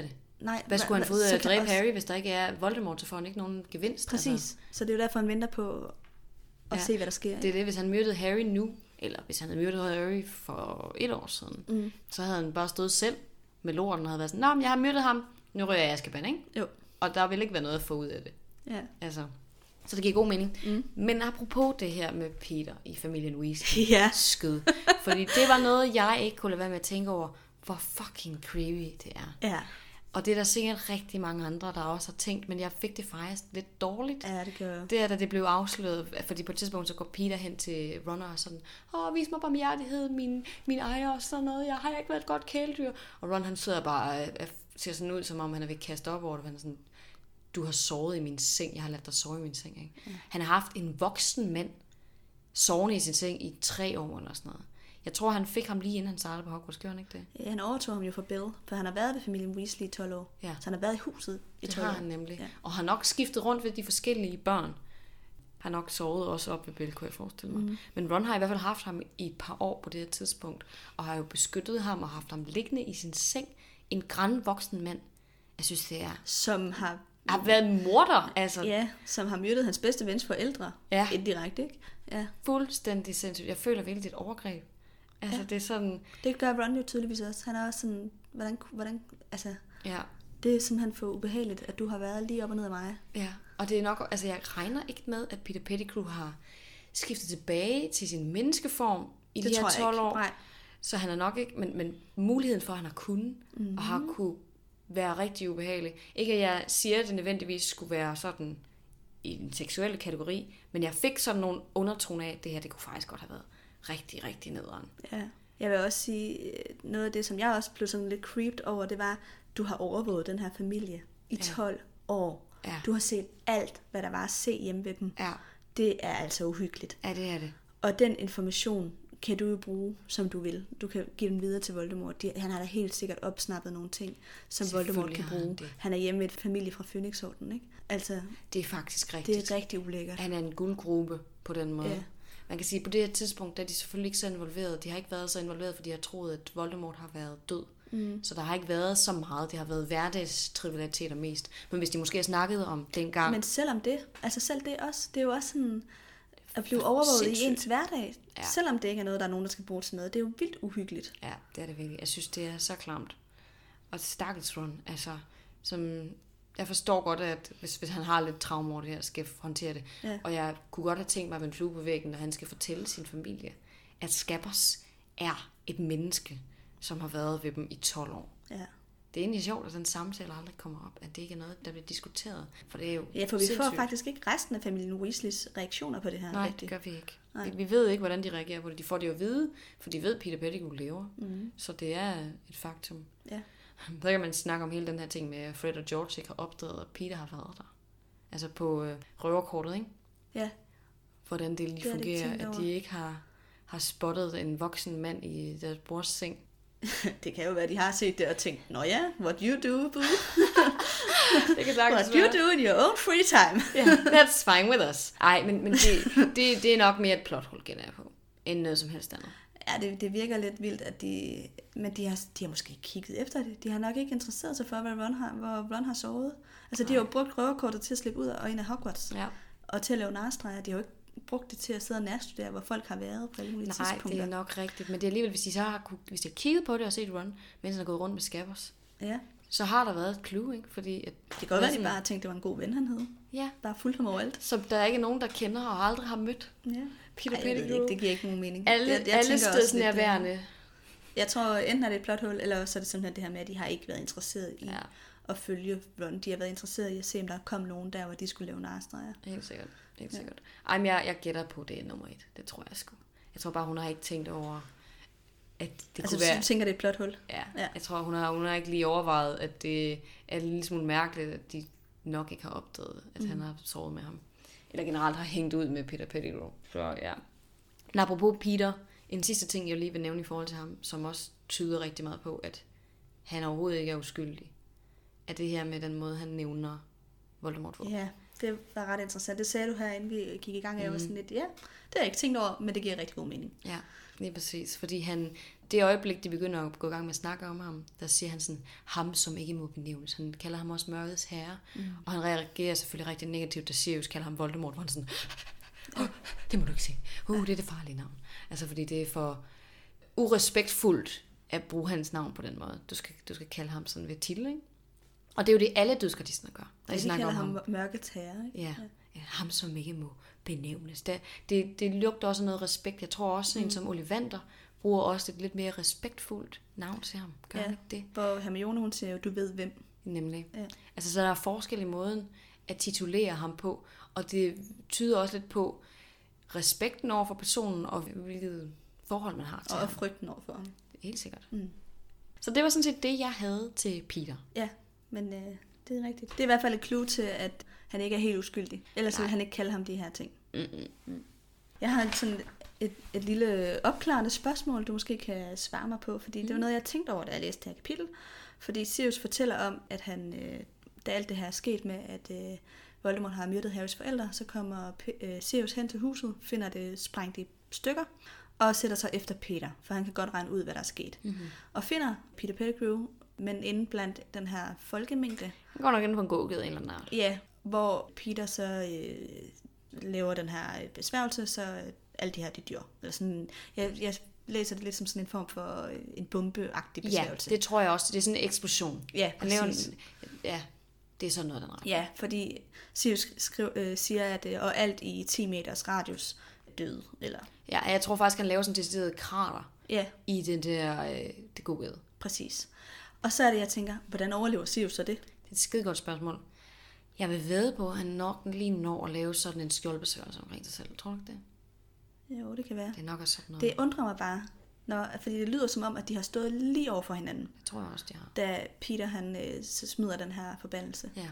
B: Nej,
A: hvad skulle han få ud af at dræbe Harry, hvis der ikke er Voldemort, så får han ikke nogen gevinst?
B: Præcis, altså. Så det er jo derfor, han venter på at se, hvad der sker.
A: Det er det, hvis han myrdede Harry nu, eller hvis han havde myrdet Harry for 1 år siden, så havde han bare stået selv med lorten og havde været sådan, nå, men jeg har myrdet ham, nu ryger jeg i Azkaban, ikke?
B: Jo.
A: Og der vil ikke være noget at få ud af det.
B: Ja.
A: Altså, så det giver god mening. Men apropos det her med Peter i familien Weasley, skød. Fordi det var noget, jeg ikke kunne lade være med at tænke over, hvor fucking creepy det er.
B: Ja.
A: Og det er der sikkert rigtig mange andre, der også har tænkt, men jeg fik det faktisk lidt dårligt.
B: Ja, det gør jeg.
A: Det er, da det blev afsløret, fordi på et tidspunkt, så går Peter hen til Ron og sådan, vis mig barmhjertighed, min ejer og sådan noget, jeg har ikke været et godt kæledyr. Og Ron, han sidder bare og ser sådan ud, som om han er ved at kaste op over det, han er sådan, du har sovet i min seng, jeg har ladet dig sove i min seng. Ikke? Ja. Han har haft en voksen mand sovende i sin seng i 3 år eller sådan noget. Jeg tror, han fik ham lige inden han startede på Hogwarts, gjorde han ikke det?
B: Ja, han overtog ham jo for Bill, for han har været ved familien Weasley i 12 år. Ja. Så han har været i huset i 12 år.
A: Det har han nemlig. Ja. Og har nok skiftet rundt ved de forskellige børn. Han har nok sovet også op ved Bill, kunne jeg forestille mig. Men Ron har i hvert fald haft ham i et par år på det her tidspunkt, og har jo beskyttet ham og haft ham liggende i sin seng. En grandvoksen mand. Jeg synes, det er...
B: Som har
A: været morder, altså.
B: Ja, som har myrdet hans bedste vens forældre. Ja. Indirekte, ikke? Ja.
A: Fuldstændig sindssygt. Jeg føler virkelig, det er et overgreb. Altså, det er sådan...
B: Det gør Ron jo tydeligvis også. Han er også sådan, hvordan altså...
A: Ja.
B: Det er simpelthen for ubehageligt, at du har været lige op og ned af mig.
A: Ja, og det er nok... Altså, jeg regner ikke med, at Peter Pettigrew har skiftet tilbage til sin menneskeform i de her 12 år.
B: Nej.
A: Så han er nok ikke... Men muligheden for, at han har kunnet, og har kunne være rigtig ubehagelig. Ikke at jeg siger, at det nødvendigvis skulle være sådan i den seksuelle kategori, men jeg fik sådan nogle undertoner af, at det her, det kunne faktisk godt have været rigtig, rigtig nederen.
B: Ja, jeg vil også sige, noget af det, som jeg også blev sådan lidt creeped over, det var, du har overvåget den her familie i 12 år. Ja. Du har set alt, hvad der var at se hjemme ved dem. Ja. Det er altså uhyggeligt.
A: Ja, det er det.
B: Og den information kan du jo bruge, som du vil. Du kan give den videre til Voldemort. Han har da helt sikkert opsnappet nogle ting, som Voldemort kan bruge. Han er hjemme med et familie fra Phoenix-orden, ikke? Altså,
A: det er faktisk rigtigt.
B: Det er rigtig ulækkert.
A: Han er en guldgruppe på den måde. Ja. Man kan sige, at på det her tidspunkt, der er de selvfølgelig ikke så involveret. De har ikke været så involveret, fordi de har troet, at Voldemort har været død. Så der har ikke været så meget. Det har været hverdagstrivialiteter mest. Men hvis de måske har snakket om dengang...
B: Men selvom det, altså selv det også, det er jo også sådan... At blive overvåget i ens hverdag, selvom det ikke er noget, der er nogen, der skal bruge til noget. Det er jo vildt uhyggeligt.
A: Ja, det er det virkelig. Jeg synes, det er så klamt. Og stakkels Ron, altså, som... Jeg forstår godt, at hvis han har lidt traume over det her, skal håndtere det. Ja. Og jeg kunne godt have tænkt mig med en flue på væggen, når han skal fortælle sin familie, at Scabbers er et menneske, som har været ved dem i 12 år. Ja. Det er egentlig sjovt, at den samtale aldrig kommer op, at det ikke er noget, der bliver diskuteret. For det er jo
B: for vi får faktisk ikke resten af familien Weasleys reaktioner på det her.
A: Nej, det gør vi ikke. Vi ved ikke, hvordan de reagerer på det. De får det jo at vide, for de ved, at Peter Pettigrew lever. Så det er et faktum. Ja. Så kan man snakke om hele den her ting med, at Fred og George ikke har opdaget, at Peter har været der. Altså på røverkortet, ikke? Ja. Hvordan det lige fungerer, at de ikke har spottet en voksen mand i deres brors seng.
B: Det kan jo være, at de har set det og tænkt, nå ja, what you do, boo?
A: Det kan sagtens
B: what you do in your own free time.
A: Yeah, that's fine with us. Ej, men det er nok mere et plothul, gætter jeg på, end noget som helst andet.
B: Ja, det virker lidt vildt, at de har måske kigget efter det. De har nok ikke interesseret sig for, hvor Ron har sovet. Altså, de har jo brugt røverkortet til at slippe ud og ind af Hogwarts. Ja. Og til at lave narstreger. De har jo ikke brugt det til at sidde og nærstudere, hvor folk har været på alle mulige tidspunkter.
A: Nej, det er nok rigtigt. Men det er alligevel, hvis de har kigget på det og set Ron, mens han har gået rundt med Scabbers, så har der været et clue, ikke? Fordi at
B: det kan godt være, at de bare tænkte, det var en god ven, han hed. Ja. Bare fuldt ham overalt.
A: Som der er ikke nogen, der kender og aldrig har mødt. Ja.
B: Peter Pettigrew. Det giver ikke nogen mening.
A: Alle stedsnærværende.
B: Jeg tror, enten er det et plothul, eller så er det simpelthen det her med, at de har ikke været interesseret i at følge Ron. De har været interesseret i at se, om der kom nogen der, hvor de skulle lave narstreger.
A: Helt sikkert. Ej, men jeg gætter på, det er nummer 1. Det tror jeg sgu. Jeg tror bare, hun har ikke tænkt over, at det kunne være...
B: Altså, du tænker, det er et plothul?
A: Ja. Jeg tror, hun har ikke lige overvejet, at det er en lille smule mærkeligt, at de nok ikke har opdaget, at han har sovet med ham. Eller generelt har hængt ud med Peter Pettigrew. Så ja. Men apropos Peter, en sidste ting, jeg lige vil nævne i forhold til ham, som også tyder rigtig meget på, at han overhovedet ikke er uskyldig, er det her med den måde, han nævner Voldemort på.
B: Ja, Det var ret interessant. Det sagde du her, inden vi gik i gang, og jeg var sådan lidt, ja, det har jeg ikke tænkt over, men det giver rigtig god mening.
A: Ja, lige præcis. Fordi det øjeblik, de begynder at gå i gang med at snakke om ham, der siger han sådan, ham som ikke må benævnes. Han kalder ham også mørkets herre. Og han reagerer selvfølgelig rigtig negativt, da Sirius kalder ham Voldemort, hvor han sådan, det må du ikke sige. Det er det farlige navn. Altså fordi det er for urespektfuldt at bruge hans navn på den måde. Du skal kalde ham sådan ved titel, ikke? Og det er jo det, alle dødsgardister gør.
B: De kalder ham mørkets herre, ikke?
A: Ja, ham som ikke må benævnes. Det lugter også noget respekt. Jeg tror også, en som Ollivander bruger også et lidt mere respektfuldt navn til ham. Gør han ikke det?
B: Hvor Hermione, hun siger jo, du ved hvem.
A: Nemlig. Ja. Altså, så der er forskel i måden at titulere ham på, og det tyder også lidt på respekten over for personen, og hvilket forhold man har til ham.
B: Og frygten over for ham.
A: Helt sikkert. Så det var sådan set det, jeg havde til Peter.
B: Ja, men det er rigtigt. Det er i hvert fald et clue til, at han ikke er helt uskyldig. Ellers vil han ikke kalde ham de her ting. Jeg har sådan et lille opklarende spørgsmål, du måske kan svare mig på, fordi det var noget, jeg tænkte over, da jeg læste det her kapitel. Fordi Sirius fortæller om, at han, da alt det her er sket med, at Voldemort har myrdet Harrys forældre, så kommer Sirius hen til huset, finder det sprængt i stykker, og sætter sig efter Peter, for han kan godt regne ud, hvad der er sket. Og finder Peter Pettigrew, men inde blandt den her folkemængde.
A: Han går nok inde på en gågade en eller anden art.
B: Ja, hvor Peter så laver den her besværgelse, så alle de her, de dør. Eller sådan, jeg læser det lidt som sådan en form for en bombeagtig besværgelse.
A: Ja, det tror jeg også. Det er sådan en eksplosion.
B: Ja,
A: præcis. Det er sådan noget, der.
B: Ja, fordi Sirius siger, at og alt i 10 meters radius døde. Eller...
A: Ja, jeg tror faktisk, han laver sådan et decideret krater i den der det gågade.
B: Præcis. Og så er det, jeg tænker, hvordan overlever Sirius så det?
A: Det er et skidegodt spørgsmål. Jeg vil vædde på, at han nok lige når at lave sådan en skjoldbesværgelse omkring sig selv. Tror du ikke det?
B: Jo, det kan være.
A: Det er nok også sådan noget.
B: Det undrer mig bare, fordi det lyder som om, at de har stået lige over for hinanden.
A: Det tror jeg også, de har.
B: Da Peter, han så smider den her forbandelse.
A: Ja.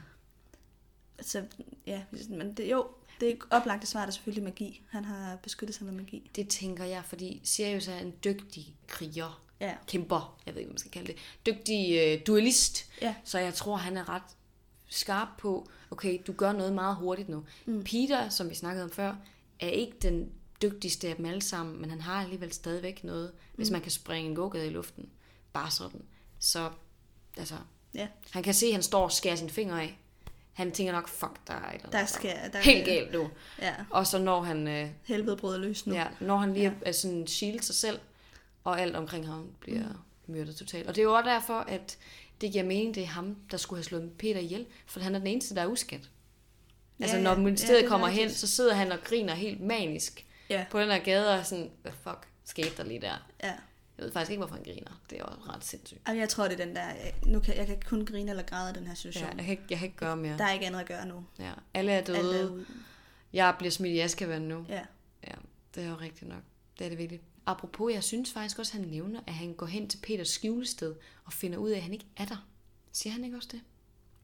B: Så ja, men det er oplagt svar, der selvfølgelig magi. Han har beskyttet sig med magi.
A: Det tænker jeg, fordi Sirius er en dygtig kriger.
B: Ja.
A: Kæmper, jeg ved ikke, hvad man skal kalde det. Dygtig duellist.
B: Ja.
A: Så jeg tror, han er ret skarp på, okay, du gør noget meget hurtigt nu. Peter, som vi snakkede om før, er ikke den dygtigste af dem alle sammen, men han har alligevel stadigvæk noget, hvis man kan springe en gågade i luften. Bare sådan. Så, altså, han kan se, at han står og skærer sine fingre af. Han tænker nok, fuck, der er helt galt nu.
B: Ja.
A: Og så når han...
B: helvede bryder løs nu.
A: Ja, når han lige er sådan shield sig selv, og alt omkring ham bliver myrdet totalt. Og det er jo også derfor, at det giver mening, det er ham, der skulle have slået Peter ihjel, for han er den eneste, der er uskadt. Altså, når ministeriet kommer hen, så sidder han og griner helt manisk på den her gade, og sådan, hvad fuck skete der lige der?
B: Ja.
A: Jeg ved faktisk ikke, hvorfor han griner. Det er også ret sindssygt.
B: Jeg tror, det er den der, jeg kan kun grine eller græde af den her situation.
A: Ja, jeg kan ikke gøre mere.
B: Der er ikke andet at gøre nu.
A: Ja, alle er døde. Jeg bliver smidt i Azkaban nu.
B: Ja.
A: Ja, det er jo rigtigt nok. Det er det virkelig. Apropos, jeg synes faktisk også, at han nævner, at han går hen til Peters skjulested og finder ud af, at han ikke er der. Siger han ikke også det?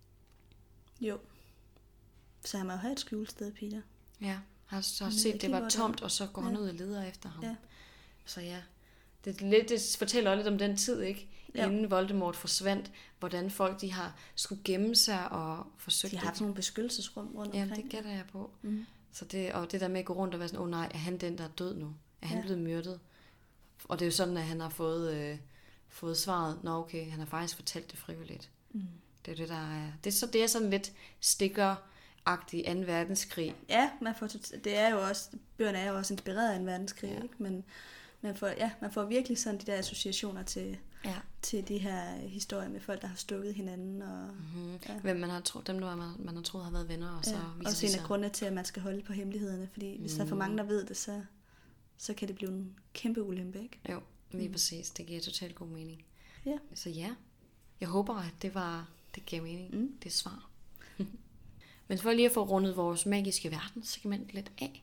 B: Jo. Så han må jo have et skjulested, Peter.
A: Ja, har set, at det var tomt, og så går han ud og leder efter ham. Ja. Så ja, det fortæller også lidt om den tid, ikke? Inden Voldemort forsvandt, hvordan folk de har skulle gemme sig og forsøgt.
B: De har haft nogle beskyttelsesrum rundt omkring.
A: Ja, det gætter jeg på. Så det der med at gå rundt og være sådan, nej, er han den, der er død nu? Er han blevet myrdet? Og det er jo sådan, at han har fået svaret, nå okay, han har faktisk fortalt det frivilligt. Det er det, der er... Det er sådan lidt stikkeragtig 2. verdenskrig.
B: Ja, det er jo også... Bøgerne er jo også inspireret af 2. verdenskrig, ikke? Men man får virkelig sådan de der associationer til de her historier med folk, der har stukket hinanden. Og,
A: Hvem man har troet har været venner. Og så
B: også en af grundene til, at man skal holde på hemmelighederne. Fordi hvis der er for mange, der ved det, så kan det blive en kæmpe ulempe, ikke?
A: Jo, lige præcis. Det giver totalt god mening.
B: Ja.
A: Så ja, jeg håber, at det giver mening. Det er svar. Men for lige at få rundet vores magiske verdenssegment lidt af,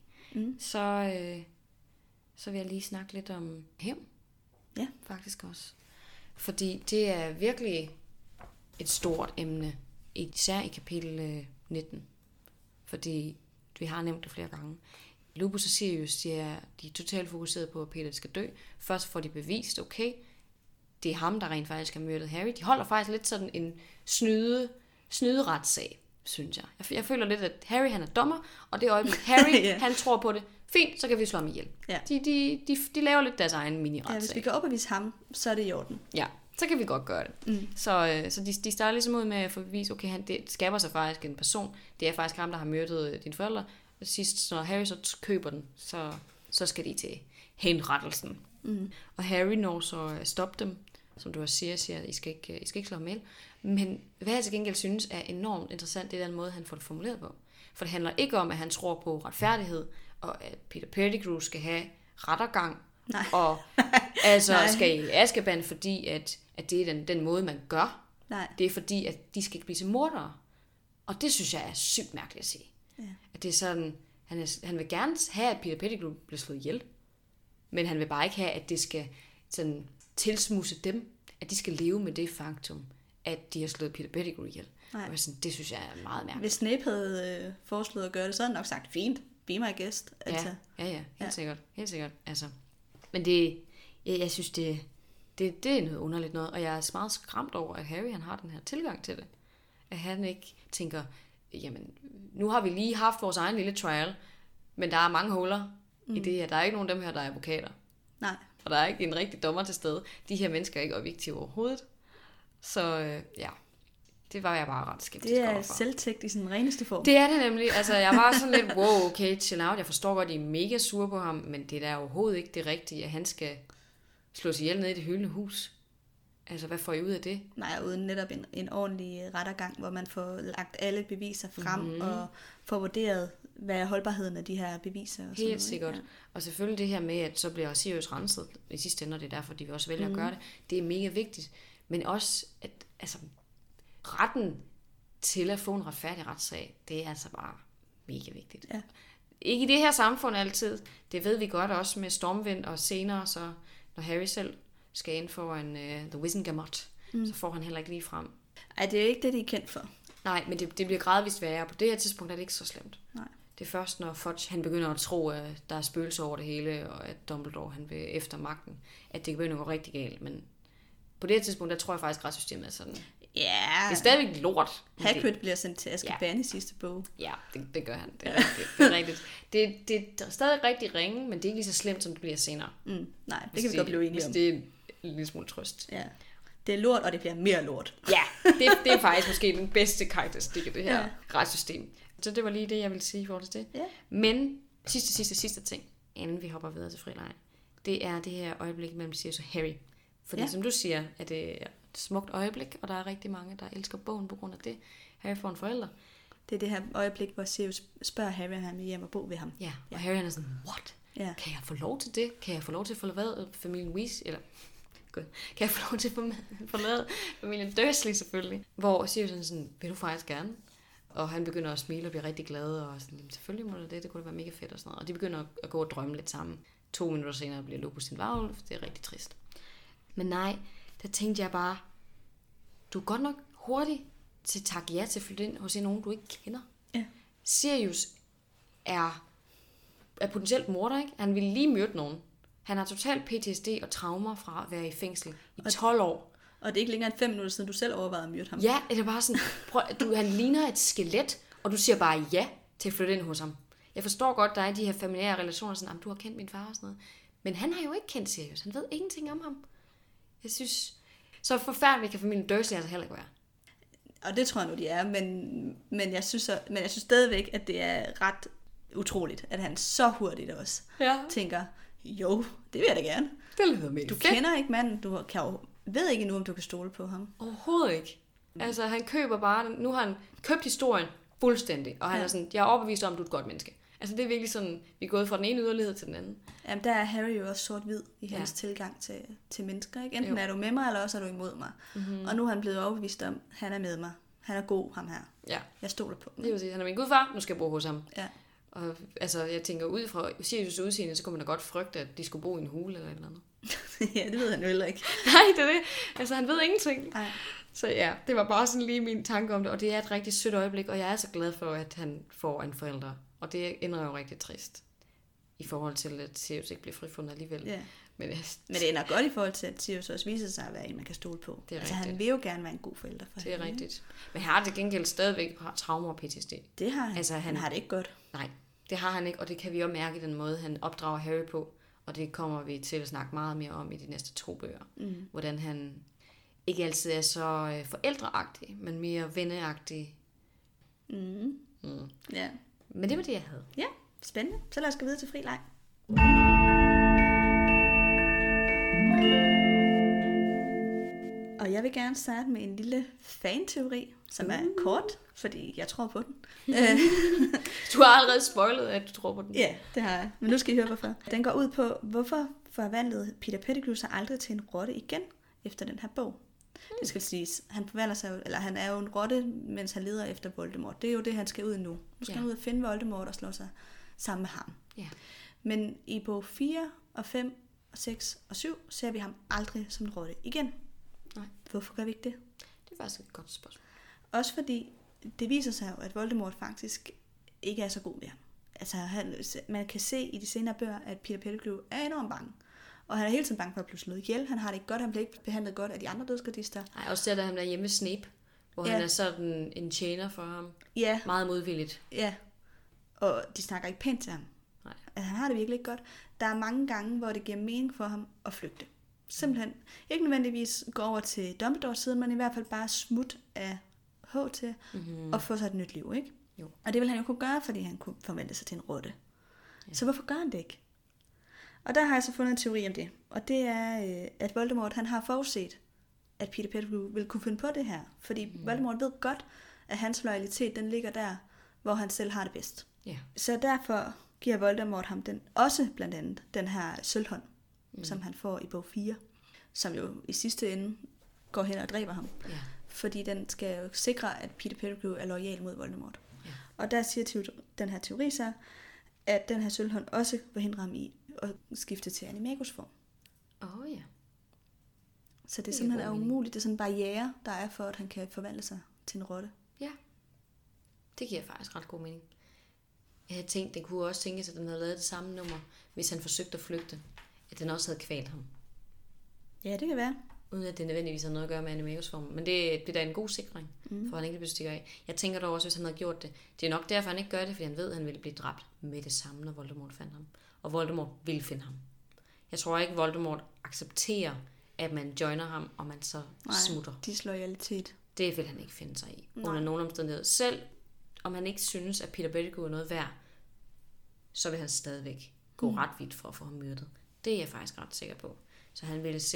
A: så vil jeg lige snakke lidt om hævn.
B: Ja.
A: Faktisk også. Fordi det er virkelig et stort emne, især i kapitel 19. Fordi vi har nævnt det flere gange. Lupus og Sirius, de er totalt fokuseret på, at Peter skal dø. Først får de bevist, okay, det er ham, der rent faktisk har myrdet Harry. De holder faktisk lidt sådan en snyderetssag. synes jeg. Jeg føler lidt, at Harry han er dommer, og det øjeblik Harry han tror på det, fint, så kan vi slå ham ihjel. Ja. De laver lidt deres egen mini-retssag.
B: Ja, hvis vi kan overbevise ham, så er det i orden.
A: Ja, så kan vi godt gøre det. Så de starter ligesom ud med at få bevist, okay, det skaber sig faktisk en person. Det er faktisk ham, der har myrdet dine forældre. Og sidst, når Harry så køber den, så skal de til henrettelsen. Og Harry når så at stoppe dem, som du også siger, I skal ikke slå ham ihjel. Men hvad jeg til gengæld synes er enormt interessant, det er den måde, han får det formuleret på. For det handler ikke om, at han tror på retfærdighed, og at Peter Pettigrew skal have rettergang, og skal i Azkaban, fordi at det er den måde, man gør. Nej. Det er fordi, at de skal ikke blive til mordere. Og det synes jeg er sygt mærkeligt at se. Ja. At det er sådan, han vil gerne have, at Peter Pettigrew bliver slået ihjel, men han vil bare ikke have, at det skal sådan tilsmuse dem, at de skal leve med det faktum, at de har slået Peter Pettigrew ihjel. Sådan, det synes jeg er meget mærkeligt.
B: Hvis Snape havde foreslået at gøre det, så havde han nok sagt, fint, be my guest. Altså.
A: Ja, helt sikkert. Altså. Men det, jeg synes, det er noget underligt noget, og jeg er meget skræmt over, at Harry han har den her tilgang til det. At han ikke tænker, jamen, nu har vi lige haft vores egen lille trial, men der er mange huller i det her. Der er ikke nogen af dem her, der er advokater.
B: Nej.
A: Og der er ikke en rigtig dommer til stede. De her mennesker er ikke objektive overhovedet. Så det var jeg bare ret skeptisk overfor.
B: Det er selvtægt i sin reneste form.
A: Det er det nemlig. Altså, jeg var sådan lidt, wow, okay, chill out. Jeg forstår godt, at I er mega sure på ham, men det er da overhovedet ikke det rigtige, at han skal slås ihjel ned i det hyldende hus. Altså, hvad får I ud af det?
B: Nej, uden netop en ordentlig rettergang, hvor man får lagt alle beviser frem, og får vurderet, hvad er holdbarheden af de her beviser. Og
A: helt sikkert. Ja. Og selvfølgelig det her med, at så bliver Sirius renset i sidste ende, og det er derfor, de også vælger at gøre det. Det er mega vigtigt. Men også, at altså, retten til at få en retfærdig retssag, det er altså bare mega vigtigt. Ja. Ikke i det her samfund altid. Det ved vi godt også med Stormvind, og senere, så når Harry selv skal ind for en The Wizengamot, så får han heller ikke lige frem.
B: Ej, det er jo ikke det, de er kendt for.
A: Nej, men det bliver gradvist værre. På det her tidspunkt er det ikke så slemt.
B: Nej.
A: Det er først, når Fudge han begynder at tro, at der er spøgelser over det hele, og at Dumbledore han vil efter magten, at det begynder at gå rigtig galt. Men på det her tidspunkt, der tror jeg faktisk, at retssystemet er sådan.
B: Ja.
A: Det er stadigvæk lort.
B: Hagrid bliver sendt til Azkaban i sidste bog.
A: Ja, det gør han. Det er rigtigt. Det er rigtigt. Det er stadig rigtig ringe, men det er ikke lige så slemt, som det bliver senere.
B: Nej, det kan vi godt blive enige om.
A: Det er en lille smule trøst.
B: Ja. Det er lort, og det bliver mere lort.
A: Ja, det er faktisk måske den bedste karakteristik af det her retssystem. Så det var lige det, jeg ville sige i forhold til det. Ja. Men sidste ting, inden vi hopper videre til frileg, det er det her øjeblik mellem Sirius og Harry. Fordi som du siger, at det er et smukt øjeblik, og der er rigtig mange, der elsker bogen på grund af det. Harry får en forælder.
B: Det er det her øjeblik, hvor Sirius spørger Harry, om han vil hjem og bo ved ham.
A: Ja, og Harry han er sådan, what? Ja. Kan jeg få lov til det? Kan jeg få lov til at forlade familien Weasley? Eller, kan jeg få lov til at forlade familien Dursley selvfølgelig? Hvor Sirius er sådan, vil du faktisk gerne? Og han begynder at smile og blive rigtig glad, og sådan, selvfølgelig må det kunne da være mega fedt og sådan noget. Og de begynder at gå og drømme lidt sammen. 2 minutter senere bliver Lupus sin varulv. Det er rigtig trist. Men nej, der tænkte jeg bare, du er godt nok hurtig til at takke ja til at flytte ind hos nogen, du ikke kender. Ja. Sirius er potentielt morder, ikke? Han ville lige myrde nogen. Han har totalt PTSD og traumer fra at være i fængsel i 12 år.
B: Og det er ikke længere end 5 minutter siden, du selv overvejede at myrde ham.
A: Ja, det er bare sådan, han ligner et skelet, og du siger bare ja til at flytte ind hos ham. Jeg forstår godt, der er de her familiære relationer, sådan, du har kendt min far og sådan noget. Men han har jo ikke kendt Sirius. Han ved ingenting om ham. Jeg synes, så forfærdeligt kan familien Dursley altså heller ikke være.
B: Og det tror jeg nu, de er, men jeg synes stadigvæk, at det er ret utroligt, at han så hurtigt også tænker, jo, det vil jeg da gerne.
A: Det lyder mega
B: fedt. Du kender ikke manden, ved ikke nu, om du kan stole på ham.
A: Overhovedet ikke. Altså, han køber bare, nu har han købt historien fuldstændig, og han er sådan, jeg er overbevist om, at du er et godt menneske. Altså, det er virkelig sådan, vi er gået fra den ene yderlighed til den anden.
B: Jamen, der er Harry jo også sort-hvid i hans tilgang til mennesker, ikke? Enten er du med mig, eller også er du imod mig. Mm-hmm. Og nu er han blevet overbevist om, han er med mig. Han er god, ham her. Ja. Jeg stoler på ham.
A: Det vil sige, han er min gudfar, nu skal jeg bo hos ham. Ja. Og altså, jeg tænker, ud fra Sirius' udseende, så kunne man da godt frygte, at de skulle bo i en hule eller et eller andet.
B: Ja, det ved han jo heller ikke.
A: Nej, det er det. Altså, han ved ingenting. Nej. Så ja, det var bare sådan lige min tanke om det, og det er et rigtig sødt øjeblik, og jeg er så glad for, at han får en forælder. Og det ender jo rigtig trist. i forhold til, at Sirius ikke bliver frifundet alligevel.
B: Ja.
A: Men
B: det ender godt i forhold til, at Sirius også viser sig at være en, man kan stole på.
A: Det er
B: altså
A: rigtigt.
B: han vil jo gerne være en god forælder for
A: hende. Det er rigtigt. Men han har til gengæld stadigvæk traumer og PTSD.
B: Det har han. Altså, han har det ikke godt.
A: Nej, det har han ikke, og det kan vi også mærke i den måde, han opdrager Harry på. Og det kommer vi til at snakke meget mere om i de næste 2 bøger. Hvordan han ikke altid er så forældreagtig, men mere venneagtig.
B: Ja.
A: Men det var det, jeg havde.
B: Ja, spændende. Så lad os gå videre til fri leg. Og jeg vil gerne starte med en lille fanteori, som er kort, fordi jeg tror på den.
A: Du har allerede spoilet, at du tror på den.
B: Ja, det har jeg. Men nu skal I høre, hvorfor. Den går ud på, hvorfor forvandlede Peter Pettigrew sig aldrig til en rotte igen efter den her bog. Det skal siges, han forvandler sig, eller han er jo en rotte, mens han leder efter Voldemort. Det er jo det, han skal ud nu. Nu skal han ud og finde Voldemort og slå sig sammen med ham.
A: Ja.
B: Men i bog 4 og 5 og 6 og 7 ser vi ham aldrig som en rotte igen.
A: Nej.
B: Hvorfor gør vi ikke det?
A: Det er faktisk et godt spørgsmål.
B: Også fordi det viser sig jo, at Voldemort faktisk ikke er så god ved ham. Altså, man kan se i de senere bøger, at Peter Pettigrew er enormt bange. Og han er hele tiden bange for at blive slået ihjel. Han har det ikke godt, han bliver ikke behandlet godt af de andre dødsgardister.
A: Nej, også der, da han er hjemme med Snape, hvor han er sådan en tjener for ham.
B: Ja.
A: Meget modvilligt.
B: Ja, og de snakker ikke pænt til ham.
A: Nej.
B: Altså, han har det virkelig ikke godt. Der er mange gange, hvor det giver mening for ham at flygte. Simpelthen ikke nødvendigvis gå over til Dumbledores side, men i hvert fald bare smut af HT og få sig et nyt liv, ikke?
A: Jo.
B: Og det ville han jo kunne gøre, fordi han kunne forvandle sig til en rotte. Ja. Så hvorfor gør han det ikke? Og der har jeg så fundet en teori om det. Og det er, at Voldemort han har forudset, at Peter Pettigrew ville kunne finde på det her. Fordi Voldemort ved godt, at hans loyalitet den ligger der, hvor han selv har det bedst.
A: Ja.
B: Så derfor giver Voldemort ham også blandt andet den her sølvhånd, som han får i bog 4, som jo i sidste ende går hen og dræber ham.
A: Ja.
B: Fordi den skal jo sikre, at Peter Pettigrew er loyal mod Voldemort.
A: Ja.
B: Og der siger den her teori så, at den her sølvhånd også vil hindre ham i at skifte til Animagus form.
A: Ja.
B: Så det simpelthen er umuligt. Det er sådan en barriere, der er for, at han kan forvandle sig til en rotte.
A: Ja. Det giver faktisk ret god mening. Jeg havde tænkt, den kunne også tænke sig, at den havde lavet det samme nummer, hvis han forsøgte at flygte. At den også havde kvalt ham.
B: Ja, det kan være.
A: Uden at det nødvendigvis har noget at gøre med Animagus-formen. Men det er da en god sikring, for han ikke bliver stikker af. Jeg tænker dog også, hvis han havde gjort det. Det er nok derfor, han ikke gør det, fordi han ved, at han ville blive dræbt med det samme, når Voldemort fandt ham. Og Voldemort ville finde ham. Jeg tror ikke, Voldemort accepterer, at man joiner ham, og man så smutter.
B: Disloyalitet.
A: Det vil han ikke finde sig i. Under nogen omstændigheder. Selv om han ikke synes, at Peter Pettigrew er noget værd, så vil han stadigvæk gå ret vidt for at få ham myrdet. Det er jeg faktisk ret sikker på. Så han ville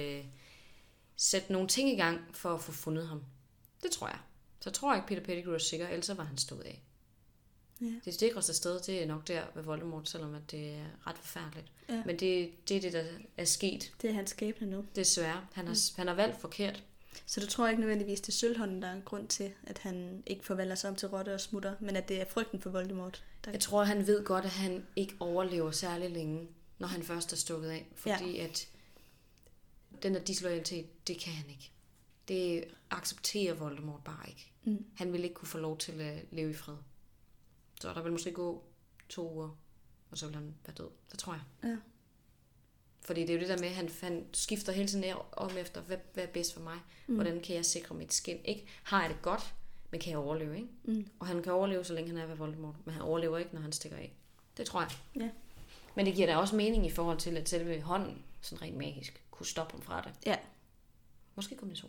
A: sætte nogle ting i gang for at få fundet ham. Det tror jeg. Så tror jeg ikke, Peter Pettigrew er sikker, ellers var han stået af. Ja. Det sikreste sted, det er nok der ved Voldemort, selvom at det er ret forfærdeligt. Ja. Men det er det, der er sket.
B: Det er hans skæbne nu.
A: Desværre. Han har valgt forkert.
B: Så du tror ikke nødvendigvis, det er sølvhånden, der er en grund til, at han ikke forvandler sig om til rotte og smutter, men at det er frygten for Voldemort?
A: Jeg tror, han ved godt, at han ikke overlever særlig længe, når han først er stukket af. Fordi at den der disloyalitet, det kan han ikke. Det accepterer Voldemort bare ikke. Han vil ikke kunne få lov til at leve i fred. Så der vil måske gå 2 uger, og så vil han være død. Det tror jeg. Ja. Fordi det er jo det der med, at han skifter hele tiden om efter, hvad er bedst for mig? Hvordan kan jeg sikre mit skin? Ikke har jeg det godt, men kan jeg overleve? Ikke? Og han kan overleve, så længe han er ved Voldemort. Men han overlever ikke, når han stikker af. Det tror jeg. Ja. Men det giver da også mening i forhold til, at selve hånden, sådan rent magisk, kunne stoppe ham fra det. Ja. Måske kombination.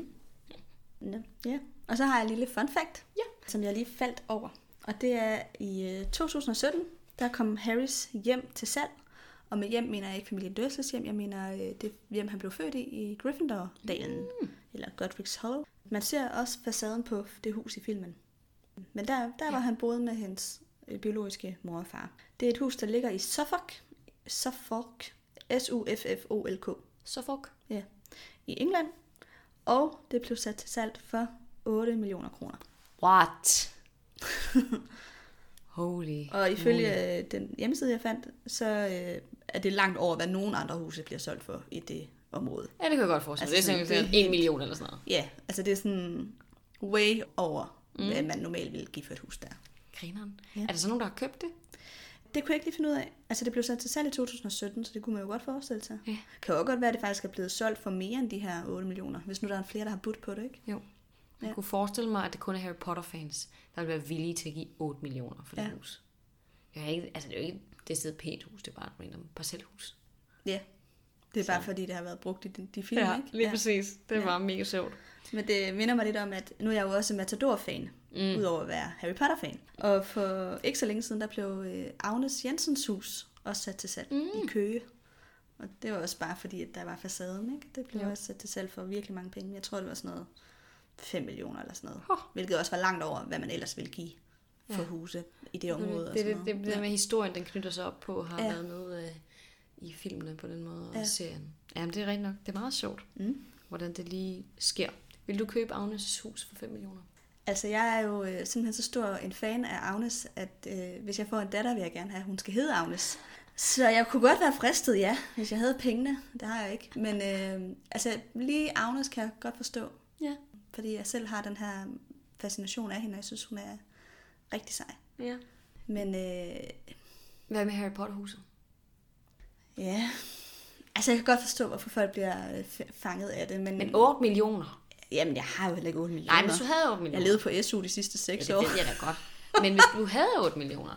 B: Ja. Og så har jeg en lille fun fact, som jeg lige faldt over. Og det er i 2017, der kom Harrys hjem til salg. Og med hjem mener jeg ikke familien Dursleys hjem, jeg mener det hjem, han blev født i Gryffindor-dalen, eller Godric's Hollow. Man ser også facaden på det hus i filmen. Men der var han boet med hans biologiske mor og far. Det er et hus, der ligger i Suffolk, S-U-F-F-O-L-K.
A: Suffolk?
B: Ja, i England. Og det blev sat til salg for 8 millioner kroner.
A: What? Holy.
B: Og ifølge den hjemmeside, jeg fandt, så er det langt over, hvad nogen andre huse bliver solgt for i det område.
A: Ja, det kan jeg godt forestille. Altså, det er sådan 1 million eller sådan noget.
B: Ja, altså det er sådan way over, hvad man normalt ville give for et hus der.
A: Grineren. Ja. Er der så nogen, der har købt det?
B: Det kunne jeg ikke lige finde ud af. Altså det blev sat til salg i 2017, så det kunne man jo godt forestille sig.
A: Ja.
B: Det kan jo godt være, at det faktisk er blevet solgt for mere end de her 8 millioner, hvis nu der er flere, der har budt på det, ikke?
A: Jo. Jeg kunne forestille mig, at det kun er Harry Potter-fans, der vil være villige til at give 8 millioner for det hus. Det er jo ikke det sted pænt hus, det er bare et random parcelhus.
B: Ja, det er bare fordi, det har været brugt i de film, ikke?
A: Lige præcis. Det var mega sjovt.
B: Men det minder mig lidt om, at nu er jeg jo også Matador-fan, udover at være Harry Potter-fan. Og for ikke så længe siden, der blev Agnes Jensens hus også sat til salg i Køge. Og det var også bare fordi, at der var facaden, ikke? Det blev også sat til salg for virkelig mange penge. Jeg tror, det var sådan noget 5 millioner eller sådan noget. Hvilket også var langt over, hvad man ellers ville give for huse i det område.
A: Det med historien, den knytter sig op på, har været med i filmene på den måde, og serien. Jamen, det er rigtigt nok. Det er meget sjovt, hvordan det lige sker. Vil du købe Agnes' hus for 5 millioner?
B: Altså, jeg er jo simpelthen så stor en fan af Agnes, at hvis jeg får en datter, vil jeg gerne have, at hun skal hedde Agnes. Så jeg kunne godt være fristet, ja, hvis jeg havde pengene. Det har jeg ikke. Men altså, lige Agnes kan jeg godt forstå.
A: Ja.
B: Fordi jeg selv har den her fascination af hende, og jeg synes, hun er rigtig sej.
A: Ja.
B: Men
A: hvad med Harry Potter-huset?
B: Ja, altså jeg kan godt forstå, hvorfor folk bliver fanget af det. Men
A: 8 millioner?
B: Jamen, jeg har jo heller ikke 8 millioner.
A: Nej, men hvis du havde 8 millioner.
B: Jeg levede på SU de sidste 6 år.
A: Ja, det ved jeg da godt. Men hvis du havde 8 millioner?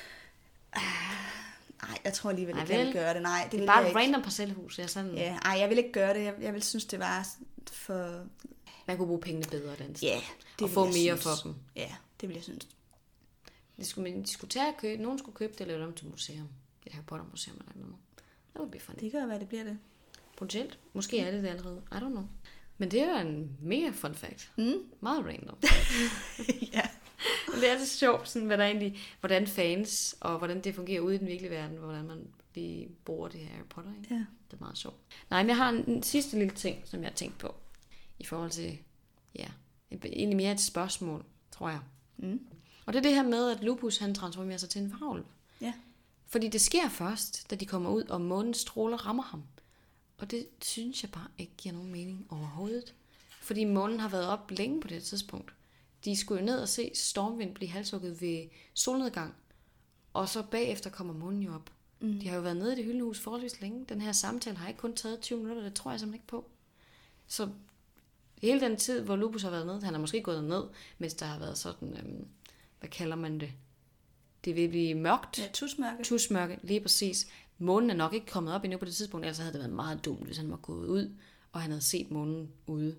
B: Nej, jeg tror alligevel ikke, jeg vil gøre det. Nej,
A: det er bare et random parcelhus.
B: Ja, jeg vil ikke gøre det. Jeg vil synes, det var for...
A: Man kunne bruge pengene bedre den sted.
B: Ja, det
A: og få mere for dem.
B: Ja, det vil jeg synes.
A: De skulle tage og købe. Nogen skulle købe det og lave det om til museum. Det her Potter Museum eller noget. Det would be funny.
B: Det kan jo være, det bliver det.
A: Potentielt. Måske er det allerede. I don't know. Men det er jo en mega fun fact. Meget random.
B: Ja.
A: Det er så sjovt, sådan, hvad der egentlig, hvordan fans, og hvordan det fungerer ude i den virkelige verden, hvordan man lige bruger det her Harry Potter. Ikke?
B: Ja.
A: Det er meget sjovt. Nej, men jeg har en sidste lille ting, som jeg har tænkt på, i forhold til, egentlig mere et spørgsmål, tror jeg. Og det er det her med, at Lupus, han transformerer sig til en varulv.
B: Ja.
A: Fordi det sker først, da de kommer ud, og månens stråler rammer ham. Og det synes jeg bare ikke giver nogen mening overhovedet. Fordi månen har været op længe på det tidspunkt. De skulle jo ned og se Stormvind blive halshugget ved solnedgang. Og så bagefter kommer månen jo op. De har jo været nede i det hyldehus forholdsvis længe. Den her samtale har ikke kun taget 20 minutter, det tror jeg simpelthen ikke på. Så hele den tid, hvor Lupus har været nede, han har måske gået ned, mens der har været sådan, hvad kalder man det? Det vil blive mørkt.
B: Ja, tusmørke.
A: Tusmørke, lige præcis. Månen er nok ikke kommet op endnu på det tidspunkt, ellers havde det været meget dumt, hvis han var gået ud, og han havde set månen ude.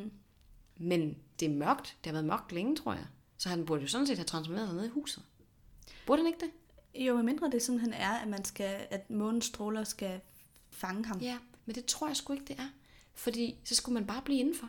A: Men det er mørkt. Det har været mørkt længe, tror jeg. Så han burde jo sådan set have transformeret sig ned i huset. Burde han ikke det?
B: Jo, medmindre det simpelthen er, at månens stråler skal fange ham.
A: Ja, men det tror jeg sgu ikke, det er. Fordi så skulle man bare blive indenfor.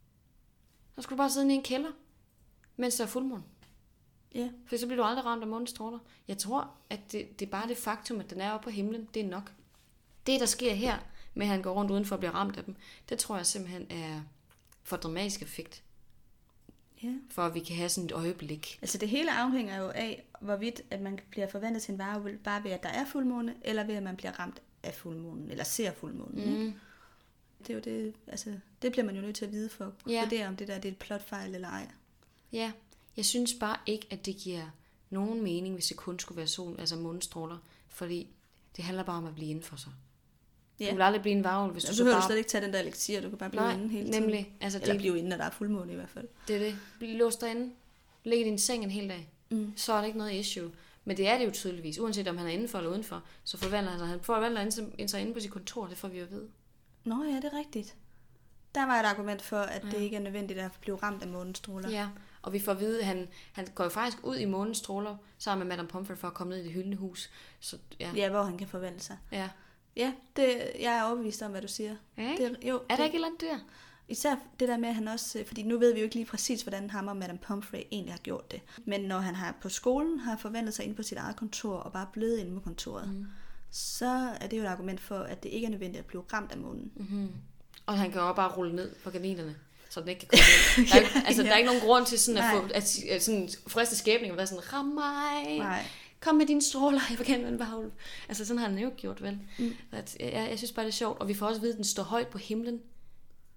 A: Så skulle du bare sidde inde i en kælder, mens der er fuldmåne.
B: Ja.
A: For så bliver du aldrig ramt af månens stråler. Jeg tror, at det er bare det faktum, at den er oppe på himlen, det er nok. Det, der sker her, med at han går rundt udenfor og bliver ramt af dem, det tror jeg simpelthen er for dramatisk effekt.
B: Ja.
A: For at vi kan have sådan et øjeblik.
B: Altså det hele afhænger jo af, hvorvidt at man bliver forvandlet til en varulv, bare ved at der er fuldmåne, eller ved at man bliver ramt af fuldmånen, eller ser fuldmånen. Ikke? Det er jo det, altså det bliver man jo nødt til at vide for at vurdere, om det der det er et plotfejl eller ej. Ja.
A: Jeg synes bare ikke, at det giver nogen mening, hvis det kun skulle være solen, altså månestråler, fordi det handler bare om at blive inden for sig. Ja. Du vil aldrig blive en varulv, hvis du så
B: behøver du slet ikke tage den der elixir, du kan bare blive inde hele tiden.
A: Nemlig. Altså,
B: eller blive inde, når der er fuldmåne i hvert fald.
A: Det er det. Bliv låst derinde. Læg i din seng en hel dag. Så er der ikke noget issue. Men det er det jo tydeligvis. Uanset om han er indenfor eller udenfor, så forvandler han sig inde på sit kontor. Det får vi jo at vide.
B: Nå ja, det er rigtigt. Der var et argument for, at det ikke er nødvendigt at blive ramt af månens stråler.
A: Ja, og vi får at vide, at han går jo faktisk ud i månens stråler sammen med Madame Pomfrey for at komme ned i det hyldende hus. Så,
B: ja, hvor han kan forvandle sig.
A: Ja.
B: Ja, jeg er overbevist om, hvad du siger.
A: Ja, er der ikke et eller andet der?
B: Især det der med, at han også... Fordi nu ved vi jo ikke lige præcis, hvordan ham og Madame Pomfrey egentlig har gjort det. Men når han har på skolen har forvandlet sig ind på sit eget kontor og bare blevet inde på kontoret, så er det jo et argument for, at det ikke er nødvendigt at blive ramt af månen.
A: Og han kan jo bare rulle ned på gardinerne, så den ikke kan komme ned. Der er ikke nogen grund til sådan at få sådan friste skæbning og være sådan, ram mig!
B: Nej.
A: Kom med dine stråler, jeg vil gerne være en varulv. Altså sådan har han jo ikke gjort, vel? Jeg synes bare, det er sjovt. Og vi får også at vide, at den står højt på himlen.